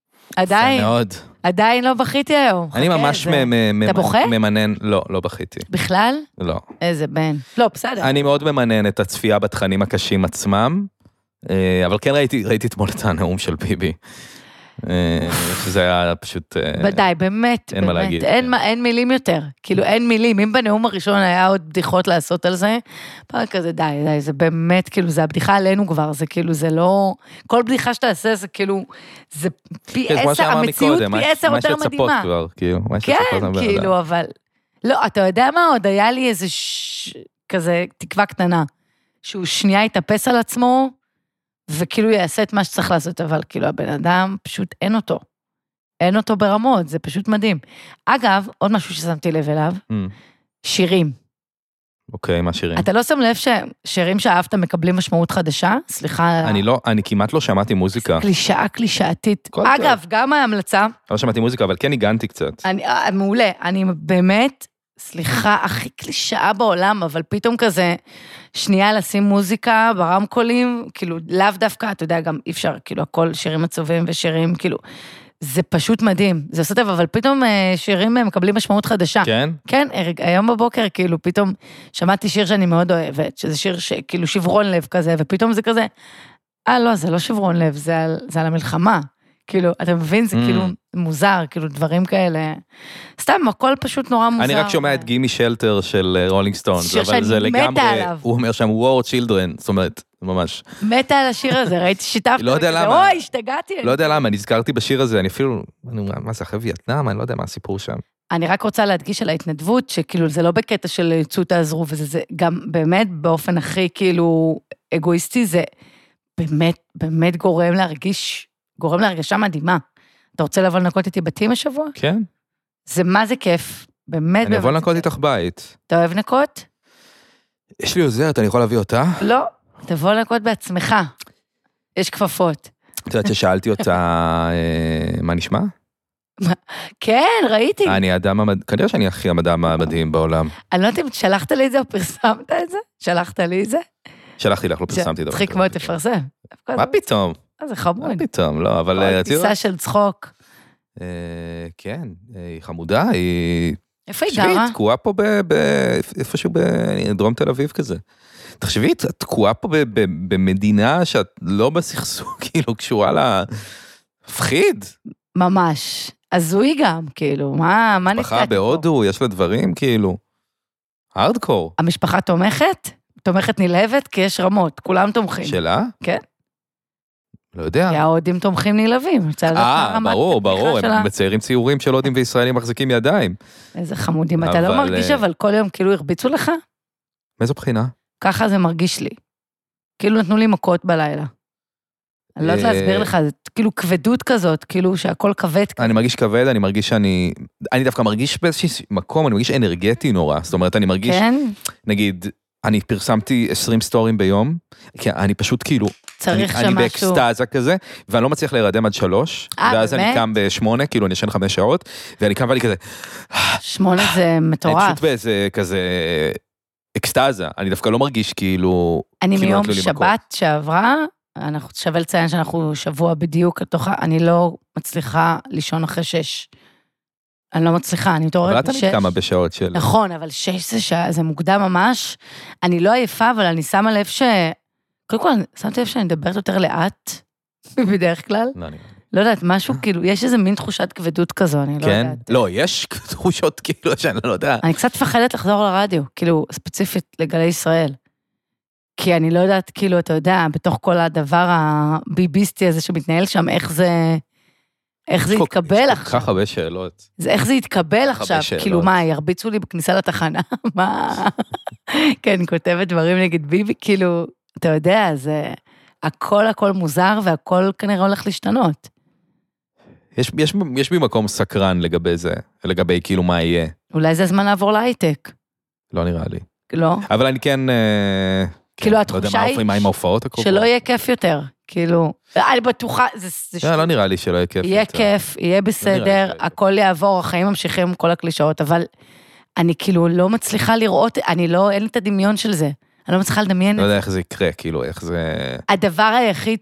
עדיין לא בכיתי היום. אני ממש ממנן, לא בכיתי. בכלל? לא. איזה בן. לא, בסדר. אני מאוד ממנן את הצפייה בתכנים הקשים עצמם, אבל כן ראיתי אתמול את הנאום של ביבי. שזה היה פשוט... ודאי, באמת, אין מה להגיד. אין מילים יותר, כאילו אין מילים, אם בנאום הראשון היה עוד בדיחות לעשות על זה, פעם כזה די, זה באמת, כאילו, זה הבדיחה עלינו כבר, זה כאילו, זה לא... כל בדיחה שתעשה זה כאילו, זה פי 10, המציאות פי 10 יותר מדהימה. כן, כאילו, אבל... לא, אתה יודע מה עוד? היה לי איזה כזה תקווה קטנה, שהוא שנייה יתאפס על עצמו, וכאילו יעשה את מה שצריך לעשות, אבל כאילו הבן אדם פשוט אין אותו ברמות, זה פשוט מדהים. אגב, עוד משהו ששמתי לב אליו, שירים. אוקיי, מה שירים? אתה לא שם לב ששירים שאהבת מקבלים משמעות חדשה? סליחה. אני כמעט לא שמעתי מוזיקה. קלישאתית. אגב, גם ההמלצה. לא שמעתי מוזיקה, אבל כן הגנתי קצת. מעולה, אני באמת... סליחה, הכי קלישאה בעולם, אבל פתאום כזה, שנייה לשים מוזיקה ברמקולים, כאילו, לאו דווקא, אתה יודע, גם אי אפשר, כאילו, הכל שירים עצובים ושירים, כאילו, זה פשוט מדהים, זה עושה טוב, אבל פתאום שירים מקבלים משמעות חדשה. כן? כן, היום בבוקר, כאילו, פתאום שמעתי שיר שאני מאוד אוהבת, שזה שיר כאילו שברון לב כזה, ופתאום זה כזה, לא, זה לא שברון לב, זה על המלחמה. כאילו, אתה מבין, זה כאילו מוזר, כאילו דברים כאלה, סתם, הכל פשוט נורא מוזר. אני רק שומע את גימי שלטר של רולינג סטונס, אבל זה לגמרי, הוא אומר שם, war children, זאת אומרת, ממש. מתה על השיר הזה, ראיתי שיתפתי, לא יודע למה. אוי, השתגעתי. לא יודע למה, נזכרתי בשיר הזה, אני אפילו, מה זה, אחרי וייטנאם, אני לא יודע מה הסיפור שם. אני רק רוצה להדגיש על ההתנדבות, שכאילו זה לא בקטע של יצאו תעזרו, וזה גם באמת באופן הכי כאילו אגואיסטי, זה באמת גורם להרגשה מדהימה. אתה רוצה לבוא לנקות איתי בתים השבוע? כן. זה מה זה כיף, באמת. אני אבוא לנקות איתך בית. אתה אוהב נקות? יש לי עוזרת, אני יכול להביא אותה? לא, תבוא לנקות בעצמך. יש כפפות. את יודעת ששאלתי אותה, מה נשמע? כן, ראיתי. אני אדם, כנראה שאני הכי המדעם המדהים בעולם. אני לא יודעת אם שלחת לי את זה או פרסמת את זה? שלחת לי את זה? שלחתי לך, לא פרסמתי דבר. צחיק מאוד תפרסם. מה פתאום? זה חמוד. מה פתאום, לא, אבל... טיסה של צחוק. כן, היא חמודה, היא... איפה היא גרה? תחשבי, תקועה פה איפשהו בדרום תל אביב כזה. תחשבי, את תקועה פה במדינה שאת לא בסכסוך, כאילו, קשורה להפחיד. ממש. הזוי גם, כאילו, מה נתקעת פה? משפחה בהודו, יש לה דברים, כאילו, הארדקור. המשפחה תומכת? תומכת נלהבת? כי יש רמות, כולם תומכים. שלה? כן. לא יודע. כי ההודים תומכים נלהבים. ברור, הם מציירים ציורים של הודים וישראלים מחזיקים ידיים. איזה חמודים, אתה לא מרגיש אבל כל יום כאילו הרביצו לך? מאיזו בחינה? ככה זה מרגיש לי. כאילו נתנו לי מכות בלילה. אני לא יודעת להסביר לך, זה כאילו כבדות כזאת, כאילו שהכל כבד. אני מרגיש כבד, אני מרגיש שאני דווקא מרגיש באיזשהו מקום, אני מרגיש אנרגטי נורא, זאת אומרת, אני מרגיש, נגיד, אני פרסמתי 20 סטורים ביום, כי אני פשוט כאילו, אני באקסטאזה כזה, ואני לא מצליח להירדם עד 3, ואז אני קם ב8, כאילו אני ישן 5 שעות, ואני קם ואני כזה, 8 זה מטורף. אני פשוט באיזה כזה אקסטאזה, אני דווקא לא מרגיש כאילו, אני מיום שבת שעברה, אנחנו שווה לציין שאנחנו שבוע בדיוק לתוכה, אני לא מצליחה לישון אחרי 6. אני לא מצליחה, אני מתעוררת ב6. אבל אתה כמה בשעות של... נכון, אבל 6 זה מוקדם ממש. אני לא עייפה, אבל אני שמה לב קודם כל, שמתי לב שאני מדברת יותר לאט, בדרך כלל. לא יודעת, משהו כאילו, יש איזה מין תחושת כבדות כזו, אני לא יודעת. כן? לא, יש תחושות כאילו שאני לא יודע. אני קצת פחדת לחזור לרדיו, כאילו, ספציפית לגלי ישראל. כי אני לא יודעת, כאילו, אתה יודע, בתוך כל הדבר הביביסטי הזה שמתנהל שם, איך זה יתקבל עכשיו. יש כל כך הרבה שאלות. איך זה יתקבל עכשיו, כאילו מה, ירביצו לי בכניסה לתחנה, מה? כן, כותבת דברים נגד ביבי, כאילו, אתה יודע, זה הכל מוזר, והכל כנראה הולך להשתנות. יש בי מקום סקרן לגבי זה, לגבי כאילו מה יהיה. אולי זה הזמן לעבור להייטק. לא נראה לי. לא? אבל אני כן... כאילו התחושה היא שלא יהיה כיף יותר, כאילו, אני בטוחה, לא נראה לי שלא יהיה כיף יותר. יהיה כיף, יהיה בסדר, הכל יעבור, החיים ממשיכים כל הקלישאות, אבל אני כאילו לא מצליחה לראות, אין לי את הדמיון של זה, אני לא מצליחה לדמיין. לא יודע איך זה יקרה, כאילו, איך זה... הדבר היחיד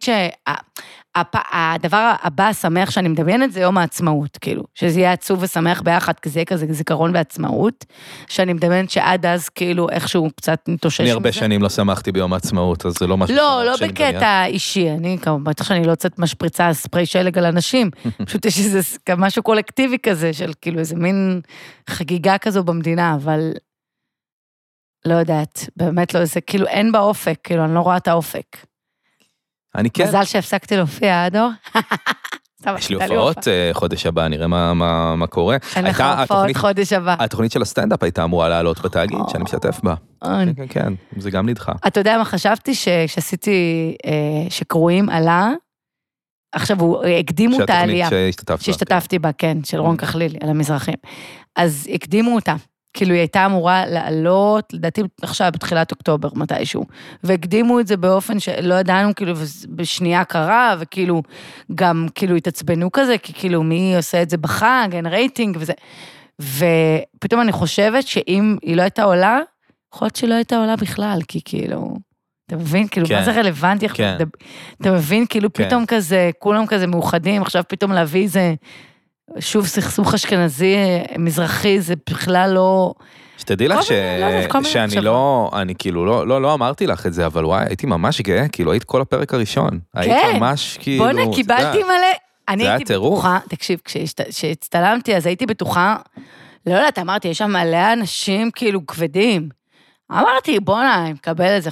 הדבר הבא השמח שאני מדמיינת זה יום העצמאות, כאילו, שזה יהיה עצוב ושמח ביחד, כי זה יהיה כזה זיכרון ועצמאות, שאני מדמיינת שעד אז כאילו איכשהו קצת נתושש מזה. אני הרבה שנים לא שמחתי ביום העצמאות, אז זה לא משהו... לא בקטע אישי, אני כמובן, בטח שאני לא יוצאת משפריצה ספרי שלג על אנשים, פשוט יש איזה משהו קולקטיבי כזה, של כאילו איזה מין חגיגה כזו במדינה, אבל לא יודעת, באמת לא, זה כאילו אין באופק, כאילו אני לא רואה את האופק. אני כן. מזל שהפסקתי להופיע, אדור. יש לי הופעות חודש הבא, נראה מה קורה. אין לך הופעות חודש הבא. התוכנית של הסטנדאפ הייתה אמורה לעלות בתאגיד, שאני משתף בה. כן, זה גם נדחה. אתה יודע מה חשבתי? שעשיתי, שקרואים עלה, עכשיו הוא הקדימו את העלייה. שהשתתפתי בה, כן, של רון כחלילי, על המזרחים. אז הקדימו אותה. כאילו היא הייתה אמורה לעלות, לדעתי עכשיו בתחילת אוקטובר מתישהו, והקדימו את זה באופן שלא ידענו, כאילו בשנייה קרה, וכאילו גם כאילו התעצבנו כזה, כי כאילו מי עושה את זה בחג, אין רייטינג וזה, ופתאום אני חושבת שאם היא לא הייתה עולה, יכול להיות שהיא לא הייתה עולה בכלל, כי כאילו, אתה מבין, כאילו מה זה רלוונטי, אתה מבין, כאילו פתאום כזה, כולם כזה מאוחדים, עכשיו פתאום להביא איזה, שוב, סכסוך אשכנזי, מזרחי, זה בכלל לא... שתדעי לך שאני לא, אני כאילו לא אמרתי לך את זה, אבל וואי, הייתי ממש גאה, כאילו היית כל הפרק הראשון. היית ממש כאילו... בוא'נה, קיבלתי מלא... אני הייתי בטוחה, תקשיב, כשהצטלמתי, אז הייתי בטוחה, לא יודעת, אמרתי, יש שם מלא אנשים כאילו כבדים. אמרתי, בוא'נה, אני מקבל איזה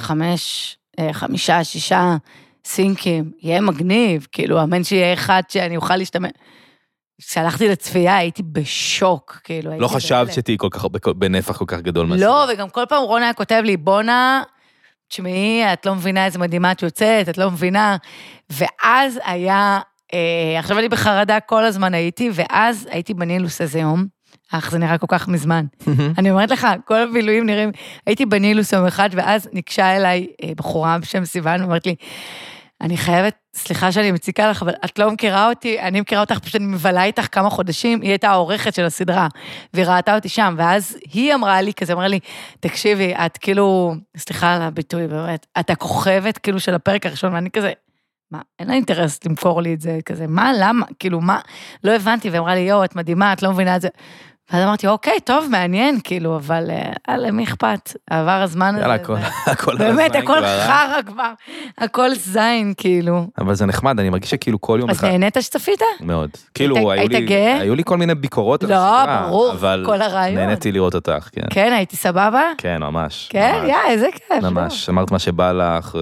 5, 6 סינקים, יהיה מגניב, כאילו, אמן שיהיה אחד שאני אוכל להשתמש. כשהלכתי לצפייה, הייתי בשוק, כאילו. לא חשבת שתהי כל כך, בנפח כל כך גדול מהסדרה. לא, וגם כל פעם רון היה כותב לי, בונה, תשמעי, את לא מבינה איזה מדהימה את יוצאת, את לא מבינה. ואז היה, עכשיו אני בחרדה כל הזמן הייתי, ואז הייתי בנילוס איזה יום, זה נראה כל כך מזמן. אני אומרת לך, כל הבילויים נראים, הייתי בנילוס יום אחד, ואז נקשה אליי בחורה בשם סיוון, ואומרת לי, אני חייבת, סליחה שאני מציקה לך, אבל את לא מכירה אותי, אני מכירה אותך, פשוט אני מבלה איתך כמה חודשים, היא הייתה העורכת של הסדרה, והיא ראתה אותי שם, ואז היא אמרה לי, כזה אמרה לי, תקשיבי, את כאילו, סליחה על הביטוי, באמת, את הכוכבת כאילו של הפרק הראשון, ואני כזה, מה, אין לה אינטרס למכור לי את זה, כזה, מה, למה, כאילו, מה, לא הבנתי, ואמרה לי, יו, את מדהימה, את לא מבינה את זה, ואז אמרתי, אוקיי, טוב, מעניין, כאילו, אבל, למי אכפת? עבר הזמן הזה. יאללה, הכל באמת, הכל חרא כבר, הכל זין, כאילו. אבל זה נחמד, אני מרגיש שכאילו כל יום... אז נהנית שצפית? מאוד. כאילו, היו לי כל מיני ביקורות על הסדרה. לא, ברור, כל הרעיון. אבל נהניתי לראות אותך, כן. כן, הייתי סבבה? כן, ממש. כן, איזה כיף. ממש, אמרת מה שבא לך,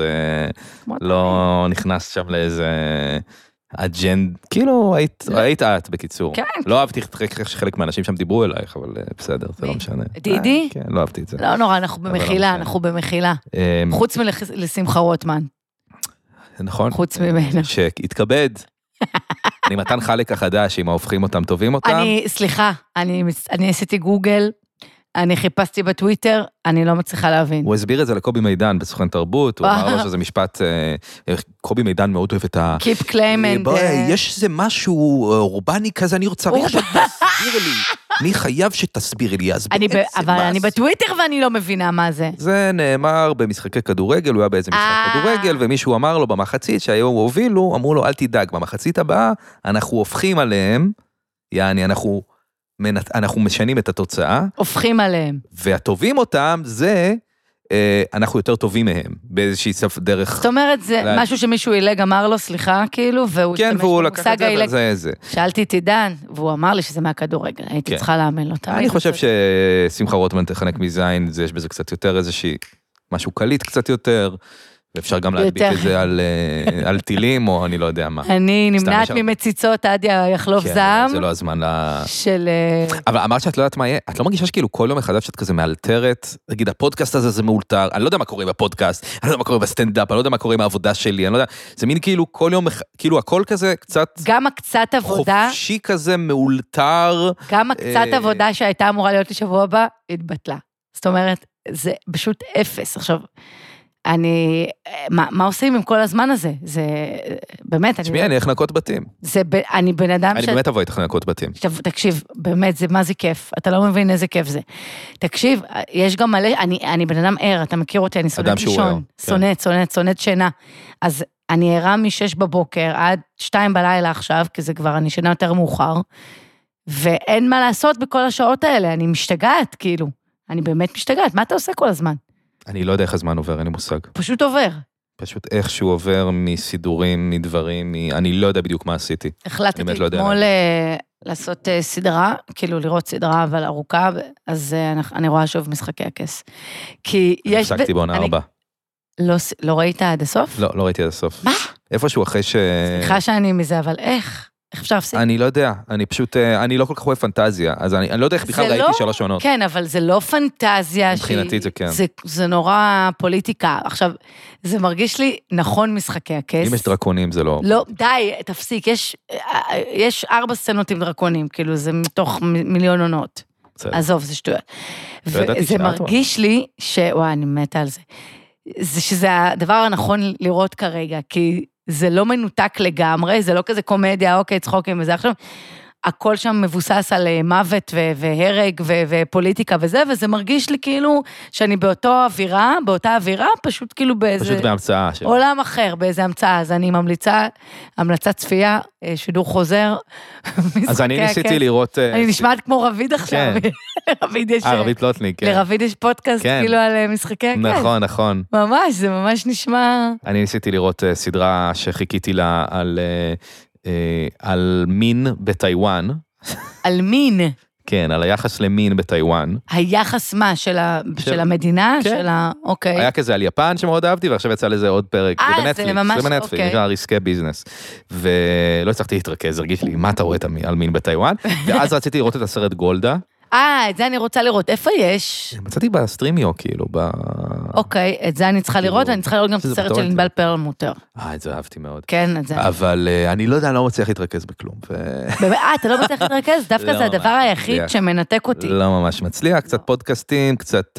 לא נכנסת שם לאיזה... אג'נד, כאילו היית את בקיצור. כן. לא אהבתי חלק מהאנשים שם דיברו אלייך, אבל בסדר, זה לא משנה. דידי? כן, לא אהבתי את זה. לא נורא, אנחנו במחילה. חוץ מלשמחה רוטמן. נכון. חוץ ממנו. שהתכבד. אני מתן חלק החדש, אם ההופכים אותם, טובים אותם. סליחה, אני עשיתי גוגל, אני חיפשתי בטוויטר, אני לא מצליחה להבין. הוא הסביר את זה לקובי מידן בסוכן תרבות, הוא אמר לו שזה משפט, קובי מידן מאוד אוהב את ה... Keep claiming. יש איזה משהו אורבני כזה, אני צריך שתסביר לי. אני חייב שתסביר לי, אז בעצם... אבל אני בטוויטר ואני לא מבינה מה זה. זה נאמר במשחקי כדורגל, הוא היה באיזה משחק כדורגל, ומישהו אמר לו במחצית, שהיום הוא הובילו, אמרו לו, אל תדאג, במחצית הבאה, אנחנו הופכים עליהם, יעני, אנחנו משנים את התוצאה. הופכים עליהם. והטובים אותם זה, אנחנו יותר טובים מהם, באיזושהי דרך... זאת אומרת, זה משהו שמישהו אילג אמר לו, סליחה, כאילו, והוא... כן, והוא לקח את זה, וזה זה. שאלתי את עידן, והוא אמר לי שזה מהכדורגל, הייתי צריכה לאמן לו. אני חושב ששמחה רוטמן תחנק מזין, יש בזה קצת יותר איזושהי, משהו קליט קצת יותר, ואפשר גם להדביק את זה על טילים, או אני לא יודע מה. אני נמנעת ממציצות עד יחלוף זעם. זה לא הזמן אבל אמרת שאת לא יודעת מה יהיה, את לא מרגישה שכאילו כל יום מחדש שאת כזה מאלתרת, נגיד הפודקאסט הזה זה מאולתר, אני לא יודע מה קורה בפודקאסט, אני לא יודע מה קורה בסטנדאפ, אני לא יודע מה קורה עם העבודה שלי, אני לא יודע, זה מין כאילו כל יום, כאילו הכל כזה קצת... גם הקצת עבודה... חופשי כזה, מאולתר. גם הקצת עבודה שהייתה אמורה להיות לשבוע הבא, התבטלה. זאת אומרת, זה פשוט אפס. עכשיו... מה עושים עם כל הזמן הזה? זה, באמת... תשמעי, אני איך לנקות בתים. אני בן אדם אני באמת אבוא איתך לנקות בתים. תקשיב, באמת, מה זה כיף? אתה לא מבין איזה כיף זה. תקשיב, יש גם מלא, אני בן אדם ער, אתה מכיר אותי, אני שונאת לישון. שונאת שינה. אז אני ערה מ-6 בבוקר עד 2 בלילה עכשיו, כי זה כבר, אני שינה יותר מאוחר, ואין מה לעשות בכל השעות האלה, אני משתגעת, כאילו. אני באמת משתגעת, מה אתה עושה כל הזמן? אני לא יודע איך הזמן עובר, אין לי מושג. פשוט עובר. פשוט איכשהו עובר מסידורים, מדברים, אני לא יודע בדיוק מה עשיתי. החלטתי אתמול לעשות סדרה, כאילו לראות סדרה אבל ארוכה, אז אני רואה שוב משחקי הכס. כי יש... הפסקתי בעונה 4. לא ראית עד הסוף? לא ראיתי עד הסוף. מה? איפשהו אחרי סליחה שאני מזה, אבל איך? איך אפשר להפסיק? אני לא יודע, אני פשוט, אני לא כל כך אוהב פנטזיה, אז אני לא יודע איך בכלל ראיתי 3 עונות. כן, אבל זה לא פנטזיה מבחינתי זה כן. זה נורא פוליטיקה. עכשיו, זה מרגיש לי נכון משחקי הכס. אם יש דרקונים זה לא... לא, די, תפסיק, יש 4 סצנות עם דרקונים, כאילו זה מתוך 1,000,000 עונות. עזוב, זה שטויות. וזה מרגיש לי וואי, אני מתה על זה. זה שזה הדבר הנכון לראות כרגע, כי זה לא מנותק לגמרי, זה לא כזה קומדיה, אוקיי, צחוקים וזה עכשיו, הכל שם מבוסס על מוות והרג ופוליטיקה וזה מרגיש לי כאילו שאני באותה אווירה, פשוט כאילו באיזה... פשוט בהמצאה. עולם אחר, באיזה המצאה, אז אני ממליצה, המלצת צפייה, שידור חוזר. אז אני ניסיתי לראות... אני נשמעת כמו רביד עכשיו. רביד פלוטניק, כן. לרביד יש פודקאסט כאילו על משחקי הכס. נכון. ממש, זה ממש נשמע... אני ניסיתי לראות סדרה שחיכיתי לה על... על מין בטיואן. על מין? כן, על היחס למין בטיואן. היחס מה? של המדינה? כן. אוקיי. היה כזה על יפן שמאוד אהבתי, ועכשיו יצא לזה עוד פרק. זה ממש, זה בנטפליקס, נקרא ריסקי ביזנס. ולא הצלחתי להתרכז, הרגיש לי, מה אתה רואה על מין בטיואן? ואז רציתי לראות את הסרט גולדה. את זה אני רוצה לראות. איפה יש? מצאתי בסטרימיו, כאילו, אוקיי, את זה אני צריכה לראות, ואני צריכה לראות גם את הסרט של ענבל פרלמוטר. את זה אהבתי מאוד. כן, את זה. אבל אני לא יודע, אני לא מצליח להתרכז בכלום. אתה לא מצליח להתרכז? דווקא זה הדבר היחיד שמנתק אותי. לא ממש מצליח, קצת פודקאסטים, קצת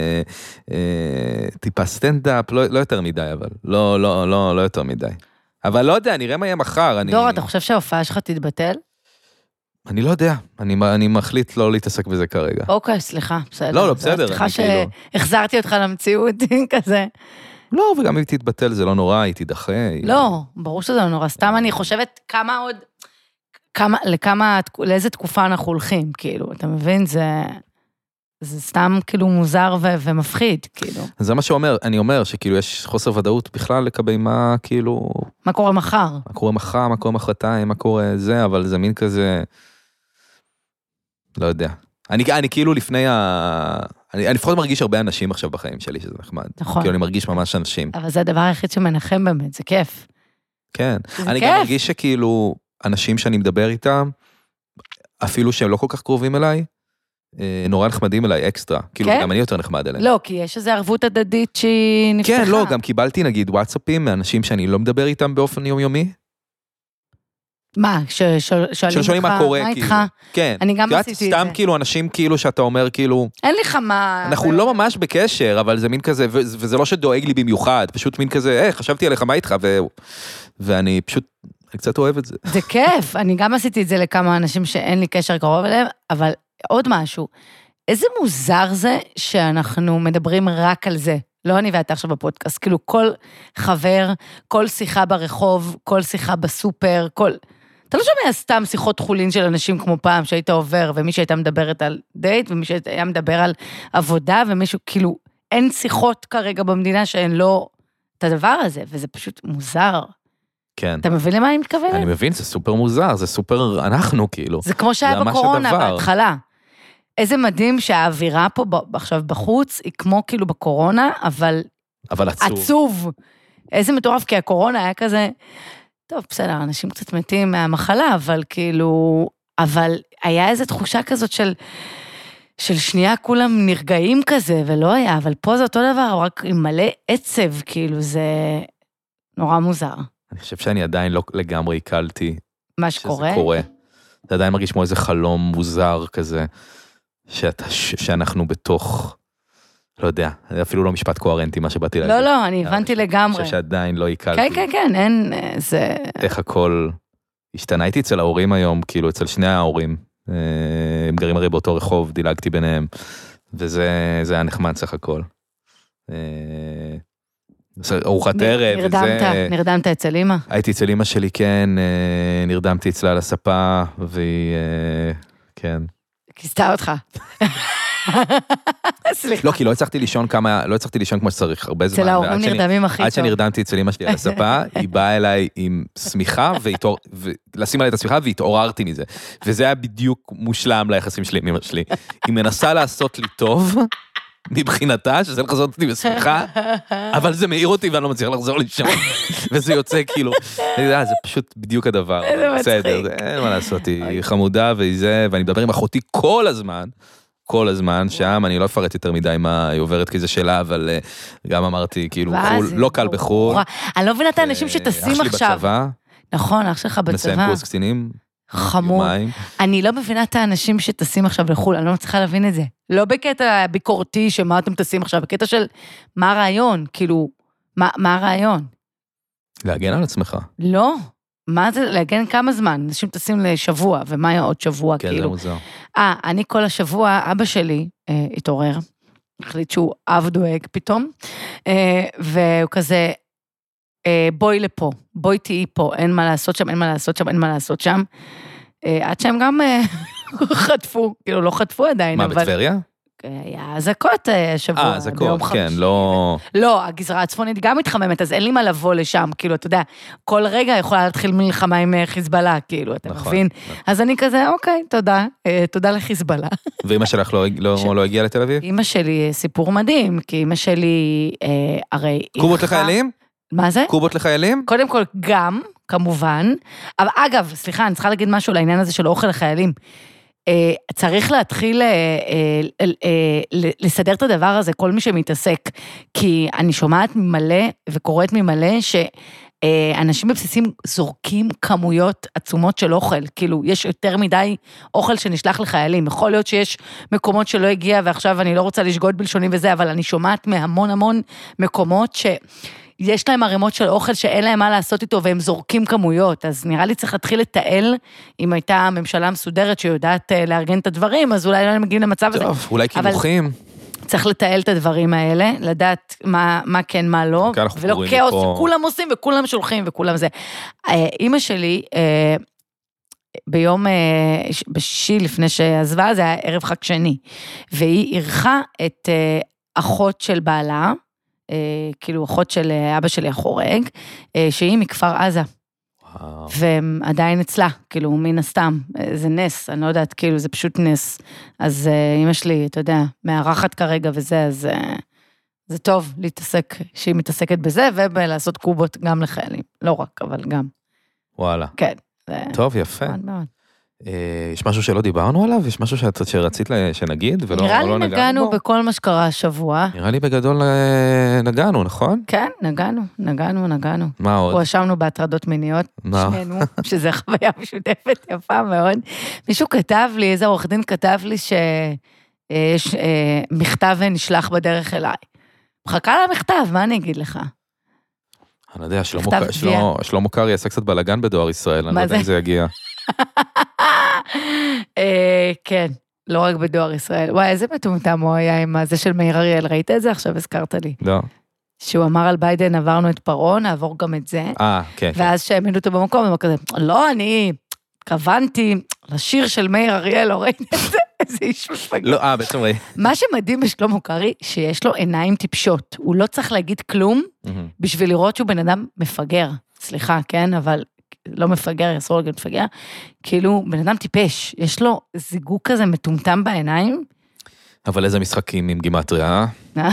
טיפה סטנדאפ, לא יותר מדי, אבל לא יותר מדי. אבל לא יודע, נראה מה יהיה מחר. דור, אתה חושב שההופעה שלך תתבטל? אני לא יודע, אני מחליט לא להתעסק בזה כרגע. אוקיי, סליחה, בסדר. לא, בסדר. סליחה שהחזרתי אותך למציאות כזה. לא, וגם אם תתבטל זה לא נורא, היא תידחה. לא, ברור שזה לא נורא, סתם אני חושבת כמה עוד, לאיזה תקופה אנחנו הולכים, כאילו, אתה מבין? זה סתם כאילו מוזר ומפחיד, כאילו. זה מה שאומר, אני אומר שכאילו יש חוסר ודאות בכלל לקבל מה כאילו... מה קורה מחר? מה קורה מחר, מה קורה מחרתיים, מה קורה זה, אבל זה מין כזה... לא יודע. אני כאילו לפני אני לפחות מרגיש הרבה אנשים עכשיו בחיים שלי, שזה נחמד. נכון. כאילו אני מרגיש ממש אנשים. אבל זה הדבר היחיד שמנחם באמת, זה כיף. כן. אני גם מרגיש שכאילו אנשים שאני מדבר איתם, אפילו שהם לא כל כך קרובים אליי, נורא נחמדים אליי אקסטרה, כאילו גם אני יותר נחמד אליהם. לא, כי יש איזו ערבות הדדית שהיא נפתחה. כן, לא, גם קיבלתי נגיד וואטסאפים מאנשים שאני לא מדבר איתם באופן יומיומי. מה, ששואלים מה קורה, מה איתך? כן. אני גם עשיתי את זה. סתם כאילו אנשים כאילו שאתה אומר כאילו... אין לך מה... אנחנו לא ממש בקשר, אבל זה מין כזה, וזה לא שדואג לי במיוחד, פשוט מין כזה, חשבתי עליך, מה איתך? ואני פשוט, אני קצת אוהב את זה. זה כיף, אני גם עשיתי את זה לכמה אנשים שאין לי קשר קרוב אליהם, אבל עוד משהו, איזה מוזר זה שאנחנו מדברים רק על זה, לא אני ואתה עכשיו בפודקאסט, כאילו כל חבר, כל שיחה ברחוב, כל שיחה בסופר, אתה לא שומע סתם שיחות חולין של אנשים כמו פעם שהיית עובר, ומי שהייתה מדברת על דייט, ומי שהייתה מדבר על עבודה, ומישהו, כאילו, אין שיחות כרגע במדינה שהן לא את הדבר הזה, וזה פשוט מוזר. כן. אתה מבין למה אני מתכוונת? אני מבין, זה סופר מוזר, זה סופר אנחנו כאילו. זה כמו שהיה בקורונה בהתחלה. איזה מדהים שהאווירה פה עכשיו בחוץ, היא כמו כאילו בקורונה, אבל עצוב. איזה מטורף, כי הקורונה היה כזה, טוב, בסדר, אנשים קצת מתים מהמחלה, אבל כאילו, אבל היה איזו תחושה כזאת של שנייה כולם נרגעים כזה, ולא היה, אבל פה זה אותו דבר, רק עם מלא עצב, כאילו, זה נורא מוזר. אני חושב שאני עדיין לא לגמרי עיכלתי. מה שקורה? שזה קורה. זה עדיין מרגיש כמו איזה חלום מוזר כזה, שאנחנו בתוך, לא יודע, אפילו לא משפט קוהרנטי, מה שבאתי להגיד. לא, אני הבנתי לגמרי. אני חושב שעדיין לא עיכלתי. כן, אין, זה... איך הכל השתנה. הייתי אצל ההורים היום, כאילו אצל שני ההורים, הם גרים הרי באותו רחוב, דילגתי ביניהם, וזה היה נחמד סך הכל. ארוחת ערב. נרדמת אצל אמא? הייתי אצל אמא שלי, כן, נרדמתי אצלה על הספה, והיא, כן. כיסתה אותך. סליחה. לא, כי לא הצלחתי לישון כמו שצריך, הרבה זמן. אצל ההורים נרדמים הכי טוב. עד שנרדמתי אצל אמא שלי על הספה, היא באה אליי עם סמיכה, לשים עליי את הסמיכה, והתעוררתי מזה. וזה היה בדיוק מושלם ליחסים שלי עם אמא שלי. היא מנסה לעשות לי טוב, מבחינתה, שזה לחזור אותי בסמיכה, אבל זה מעיר אותי ואני לא מצליח לחזור לישון. וזה יוצא כאילו, זה פשוט בדיוק הדבר. בסדר, אין מה לעשות, היא חמודה ואני מדבר עם אחותי כל הזמן, שם אני לא אפרט יותר מדי מה היא עוברת, כי זה שאלה, אבל גם אמרתי, כאילו, לא קל בחור. אני לא מבינה את האנשים שטסים עכשיו. אח שלי בצבא. נכון, אח שלך בצבא. מסיים קורס קצינים. חמוד. אני לא מבינה את האנשים שטסים עכשיו לחול, אני לא מצליחה להבין את זה. לא בקטע ביקורתי שמה אתם טסים עכשיו, בקטע של מה הרעיון, כאילו, מה הרעיון? להגן על עצמך. לא. מה זה, להגן כמה זמן? אנשים טסים לשבוע, ומה היה עוד שבוע, כן, כאילו. זה מוזר. אני כל השבוע, אבא שלי התעורר, החליט שהוא אב דואג פתאום, והוא כזה, בואי לפה, בואי תהי פה, אין מה לעשות שם, עד שהם גם חטפו, כאילו לא חטפו עדיין, מה, בטבריה? היה אזעקות שבוע. אזעקות, כן, לא... לא, הגזרה הצפונית גם מתחממת, אז אין לי מה לבוא לשם, כאילו, אתה יודע, כל רגע יכולה להתחיל מלחמה עם חיזבאללה, כאילו, אתה מבין? אז אני כזה, אוקיי, תודה לחיזבאללה. ואמא שלך לא הגיעה לתל אביב? אמא שלי, סיפור מדהים, כי אמא שלי, הרי... קובות לחיילים? מה זה? קובות לחיילים? קודם כל, גם, כמובן, אבל אגב, סליחה, אני צריכה להגיד משהו לעניין הזה של אוכל לחיילים. צריך להתחיל לסדר את הדבר הזה, כל מי שמתעסק, כי אני שומעת ממלא וקוראת ממלא שאנשים בבסיסים זורקים כמויות עצומות של אוכל, כאילו יש יותר מדי אוכל שנשלח לחיילים, יכול להיות שיש מקומות שלא הגיע, ועכשיו אני לא רוצה לשגות בלשוני וזה, אבל אני שומעת מהמון המון מקומות יש להם ערימות של אוכל שאין להם מה לעשות איתו, והם זורקים כמויות, אז נראה לי צריך להתחיל לתעל, אם הייתה ממשלה מסודרת שיודעת לארגן את הדברים, אז אולי לא מגיעים למצב הזה. טוב, אולי כימוחים. צריך לתעל את הדברים האלה, לדעת מה כן, מה לא, ולא כאוס, כולם עושים וכולם שולחים וכולם זה. אמא שלי, ביום בשישי לפני שעזבה, זה היה ערב חג שני, והיא ערכה את אחות של בעלה, כאילו אחות של אבא שלי החורג, שהיא מכפר עזה. והם עדיין אצלה, כאילו מן הסתם, זה נס, אני לא יודעת, כאילו זה פשוט נס. אז אמא שלי, אתה יודע, מארחת כרגע וזה, אז זה טוב להתעסק, שהיא מתעסקת בזה, ולעשות קובות גם לחיילים. לא רק, אבל גם. וואלה. כן. טוב, יפה. יש משהו שלא דיברנו עליו? יש משהו שרצית שנגיד ולא נגענו בו? נראה לי נגענו בכל מה שקרה השבוע. נראה לי בגדול נגענו, נכון? כן, נגענו. מה עוד? הואשמנו בהטרדות מיניות, שנינו, שזה חוויה משותפת יפה מאוד. מישהו כתב לי, איזה עורך דין כתב לי שיש מכתב נשלח בדרך אליי. מחכה למכתב, מה אני אגיד לך? אני יודע, שלמה קרעי עשה קצת בלגן בדואר ישראל, אני לא יודע אם זה יגיע. כן, לא רק בדואר ישראל. וואי, איזה מטומטם הוא היה עם זה של מאיר אריאל, ראית את זה? עכשיו הזכרת לי. לא. שהוא אמר על ביידן, עברנו את פרעה, נעבור גם את זה. כן. ואז שהאמינו אותו במקום, הוא כזה, לא, אני כוונתי לשיר של מאיר אריאל, לא ראית את זה? איזה איש מפגר. לא, בעצם ראי. מה שמדהים בשלמה קרעי, שיש לו עיניים טיפשות. הוא לא צריך להגיד כלום, בשביל לראות שהוא בן אדם מפגר. סליחה, כן, אבל לא מפגר, אסור להגיד מפגר. כאילו, בן אדם טיפש. יש לו זיגוק כזה מטומטם בעיניים. אבל איזה משחקים עם גימטריה?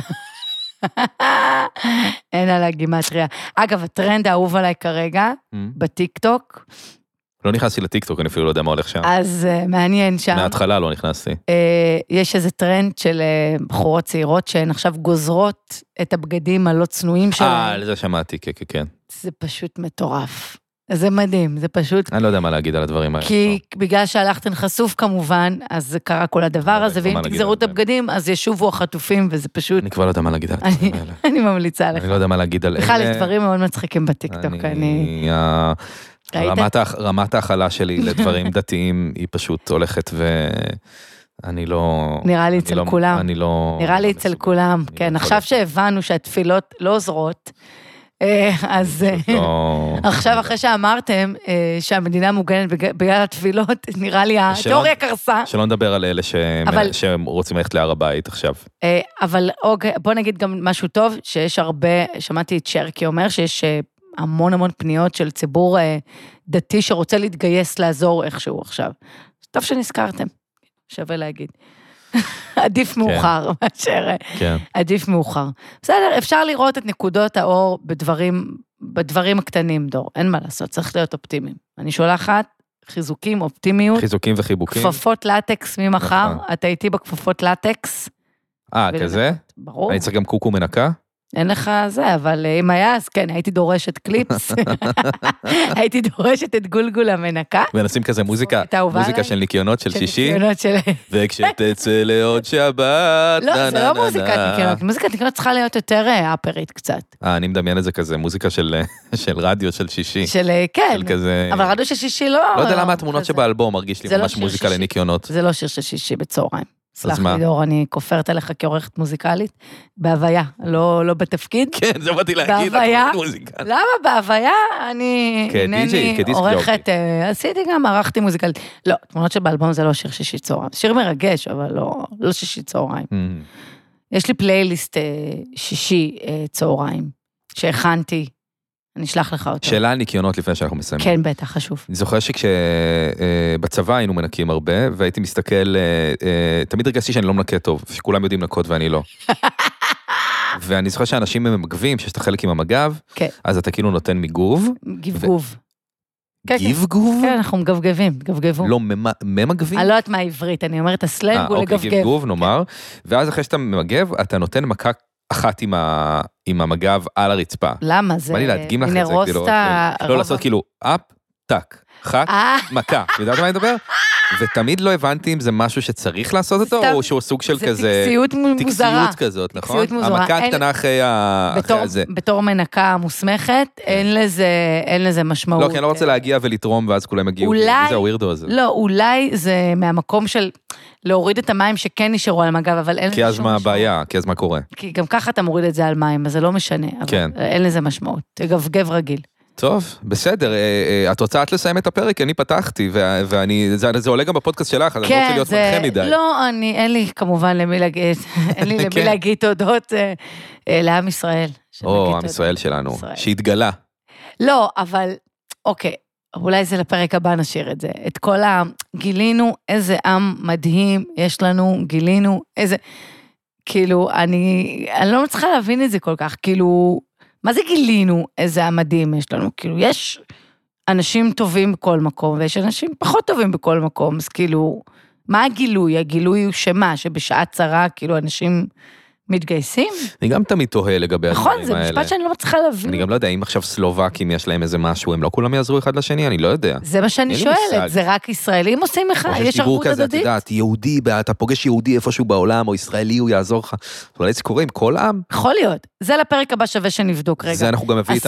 אין על הגימטריה. אגב, הטרנד האהוב עליי כרגע, בטיקטוק, לא נכנסתי לטיקטוק, אני אפילו לא יודע מה הולך שם. אז מעניין שם. מההתחלה לא נכנסתי. יש איזה טרנד של בחורות צעירות שהן עכשיו גוזרות את הבגדים הלא צנועים שלהם. על זה שמעתי, כן. זה פשוט מטורף. זה מדהים, זה פשוט... אני לא יודע מה להגיד על הדברים האלה. כי בגלל שהלכתן חשוף כמובן, אז קרה כל הדבר הזה, ואם תגזרו את הבגדים, אז ישובו החטופים, וזה פשוט... אני כבר לא יודע מה להגיד על הדברים האלה. אני ממליצה לך. אני לא יודע מה להגיד על... בכלל, יש דברים מאוד מצחיקים בטיקטוק, אני... רמת ההכלה שלי לדברים דתיים היא פשוט הולכת ואני לא... נראה לי אצל כולם. נראה לי אצל כולם, כן. עכשיו שהבנו שהתפילות לא עוזרות, אז עכשיו אחרי שאמרתם שהמדינה מוגנת בגלל התפילות, נראה לי התיאוריה קרסה. שלא נדבר על אלה שהם רוצים ללכת להר הבית עכשיו. אבל בוא נגיד גם משהו טוב, שיש הרבה, שמעתי את שרקי אומר שיש המון פניות של ציבור דתי שרוצה להתגייס לעזור איכשהו עכשיו. טוב שנזכרתם, שווה להגיד. עדיף מאוחר, מאשר עדיף מאוחר. בסדר, אפשר לראות את נקודות האור בדברים הקטנים, דור. אין מה לעשות, צריך להיות אופטימיים. אני שולחת חיזוקים, אופטימיות. חיזוקים וחיבוקים. כפפות לטקס ממחר, אתה איתי בכפפות לטקס. כזה? ברור. אני צריך גם קוקו מנקה? אין לך זה, אבל אם היה, אז כן, הייתי דורשת קליפס, הייתי דורשת את גולגול המנקה. ונשים כזה מוזיקה של ניקיונות של שישי, וכשתצא לעוד שבת, לא, זה לא מוזיקת ניקיונות, מוזיקת ניקיונות צריכה להיות יותר אפרית קצת. אני מדמיין את זה כזה, מוזיקה של רדיו של שישי. כן, אבל רדיו של שישי לא... לא יודע למה התמונות שבאלבום מרגיש לי ממש מוזיקה לניקיונות. זה לא שיר של שישי בצהריים. סלח לי דור, אני כופרת עליך כעורכת מוזיקלית, בהוויה, לא בתפקיד. כן, זה באתי להגיד, בהוויה, למה בהוויה אני אינני עורכת, עשיתי גם, ערכתי מוזיקלית. לא, תמונות שבאלבום זה לא שיר שישי צהריים, שיר מרגש, אבל לא שישי צהריים. יש לי פלייליסט שישי צהריים, שהכנתי, אני אשלח לך אותו. שאלה על ניקיונות לפני שאנחנו מסיימים. כן, בטח, חשוב. אני זוכר שכשבצבא היינו מנקים הרבה, והייתי מסתכל, תמיד הרגשתי שאני לא מנקה טוב, שכולם יודעים לנקות ואני לא. ואני זוכר שאנשים ממגבים, שיש את החלק עם המגב, אז אתה כאילו נותן מיגוב. גבגוב. גבגוב? כן, אנחנו מגבגבים, גבגבו. לא, ממגבים? אני לא יודעת מה העברית, אני אומרת, הסלנג הוא לגבגב. אוקיי, גבגוב, נאמר. ואז אחרי שאתה ממגב, אתה נותן מכה אחת עם המגב על הרצפה. למה? זה... בא לי להדגים לך את זה, כאילו, לא לעשות כאילו, אפ, טק, חק, מכה. יודעת מה אני מדבר? ותמיד לא הבנתי אם זה משהו שצריך לעשות אותו, או שהוא סוג של כזה... זה טקסיות מוזרה. טקסיות כזאת, נכון? טקסיות מוזרה. המכה הקטנה אחרי הזה. בתור מנקה מוסמכת, אין לזה משמעות. לא, כי אני לא רוצה להגיע ולתרום, ואז כולם יגיעו. מי זה הווירדו הזה? לא, אולי זה מהמקום של להוריד את המים שכן נשארו על המגב, אבל אין לזה שום משמעות. כי אז מה הבעיה? כי אז מה קורה? כי גם ככה אתה מוריד את זה על מים, אז זה לא משנה. כן. אין לזה משמעות. תגבגב רגיל. טוב, בסדר, את רוצה את לסיים את הפרק, אני פתחתי, זה עולה גם בפודקאסט שלך, אז אני לא רוצה להיות מנחה מדי. לא, אין לי כמובן למי להגיד תודות לעם ישראל. או, עם ישראל שלנו, שהתגלה. לא, אבל, אוקיי, אולי זה לפרק הבא נשאיר את זה. את כל גילינו איזה עם מדהים יש לנו, גילינו איזה, כאילו, אני לא מצליחה להבין את זה כל כך, כאילו, מה זה גילינו איזה המדהים יש לנו? כאילו, יש אנשים טובים בכל מקום, ויש אנשים פחות טובים בכל מקום, אז כאילו, מה הגילוי? הגילוי הוא שמה, שבשעה צרה, כאילו, אנשים מתגייסים? אני גם תמיד תוהה לגבי הדברים האלה. נכון, זה משפט שאני לא מצליחה להבין. אני גם לא יודע, אם עכשיו סלובקים יש להם איזה משהו, הם לא כולם יעזרו אחד לשני, אני לא יודע. זה מה שאני שואלת, זה רק ישראלים עושים לך, יש ערבות הדדית? יהודי, אתה פוגש יהודי איפשהו בעולם, או ישראלי, הוא יעזור לך. אולי זה קורה עם כל העם? יכול להיות. זה לפרק הבא שווה שנבדוק רגע. זה אנחנו גם נביא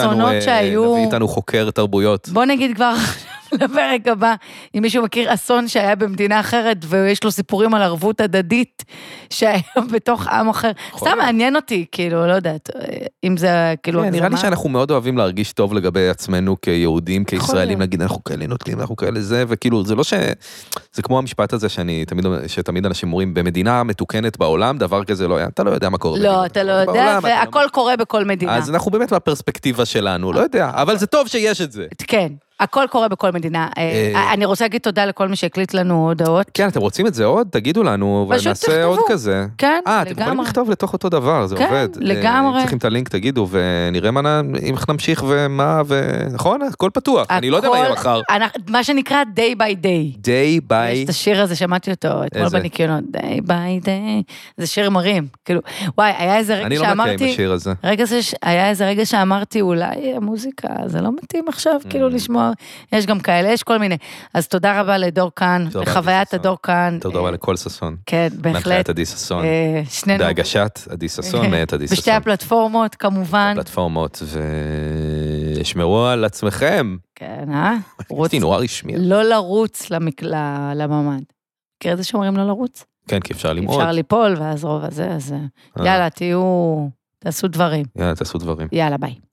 איתנו חוקר תרבויות. בוא נגיד כבר לפרק הבא, אם מישהו מכיר אסון שהיה במדינה אחרת, ויש לו סיפורים על ערבות הדדית, שהיה בתוך עם אחר. סתם מעניין אותי, כאילו, לא יודעת, אם זה כאילו... נראה לי שאנחנו מאוד אוהבים להרגיש טוב לגבי עצמנו כיהודים, כישראלים, להגיד, אנחנו כאלה נוטלים, אנחנו כאלה זה, וכאילו, זה לא ש... זה כמו המשפט הזה שתמיד אנשים אומרים, במדינה מתוקנת בעולם, דבר כזה לא היה, אתה לא יודע מה קורה. לא, אתה לא יודע, והכל קורה בכל מדינה. אז אנחנו באמת בפרספקטיבה שלנו, לא יודע, אבל זה טוב שיש את זה. כן. הכל קורה בכל מדינה. אני רוצה להגיד תודה לכל מי שהקליט לנו הודעות. כן, אתם רוצים את זה עוד? תגידו לנו, ונעשה עוד כזה. כן, לגמרי. אתם יכולים לכתוב לתוך אותו דבר, זה עובד. כן, לגמרי. צריכים את הלינק, תגידו, ונראה אם נמשיך ומה, נכון? הכל פתוח, אני לא יודע מה יהיה מחר. מה שנקרא day by day. day by... יש את השיר הזה, שמעתי אותו, אתמול בניקיונות, day by day. זה שיר מרים, כאילו, וואי, היה איזה רגע שאמרתי... אני לא מכיר עם השיר הזה. היה איזה רגע שאמרתי, אולי המוזיקה, זה לא מתאים עכשיו, כאילו לשמוע, יש גם כאלה, יש כל מיני. אז תודה רבה לדור כאן, לחוויית הדור כאן. תודה רבה לכל ששון. כן, בהחלט. מנחיית עדי ששון. שנינו. בהגשת עדי ששון, מאת עדי ששון. בשתי הפלטפורמות, כמובן. הפלטפורמות, ושמרו על עצמכם. כן, רוצי נורא רשמי. לא לרוץ לממד. מכיר את זה שאומרים לא לרוץ? כן, כי אפשר למעוד. אפשר ליפול, ואז רוב הזה, אז יאללה, תעשו דברים. יאללה, תעשו דברים. יאללה, ביי.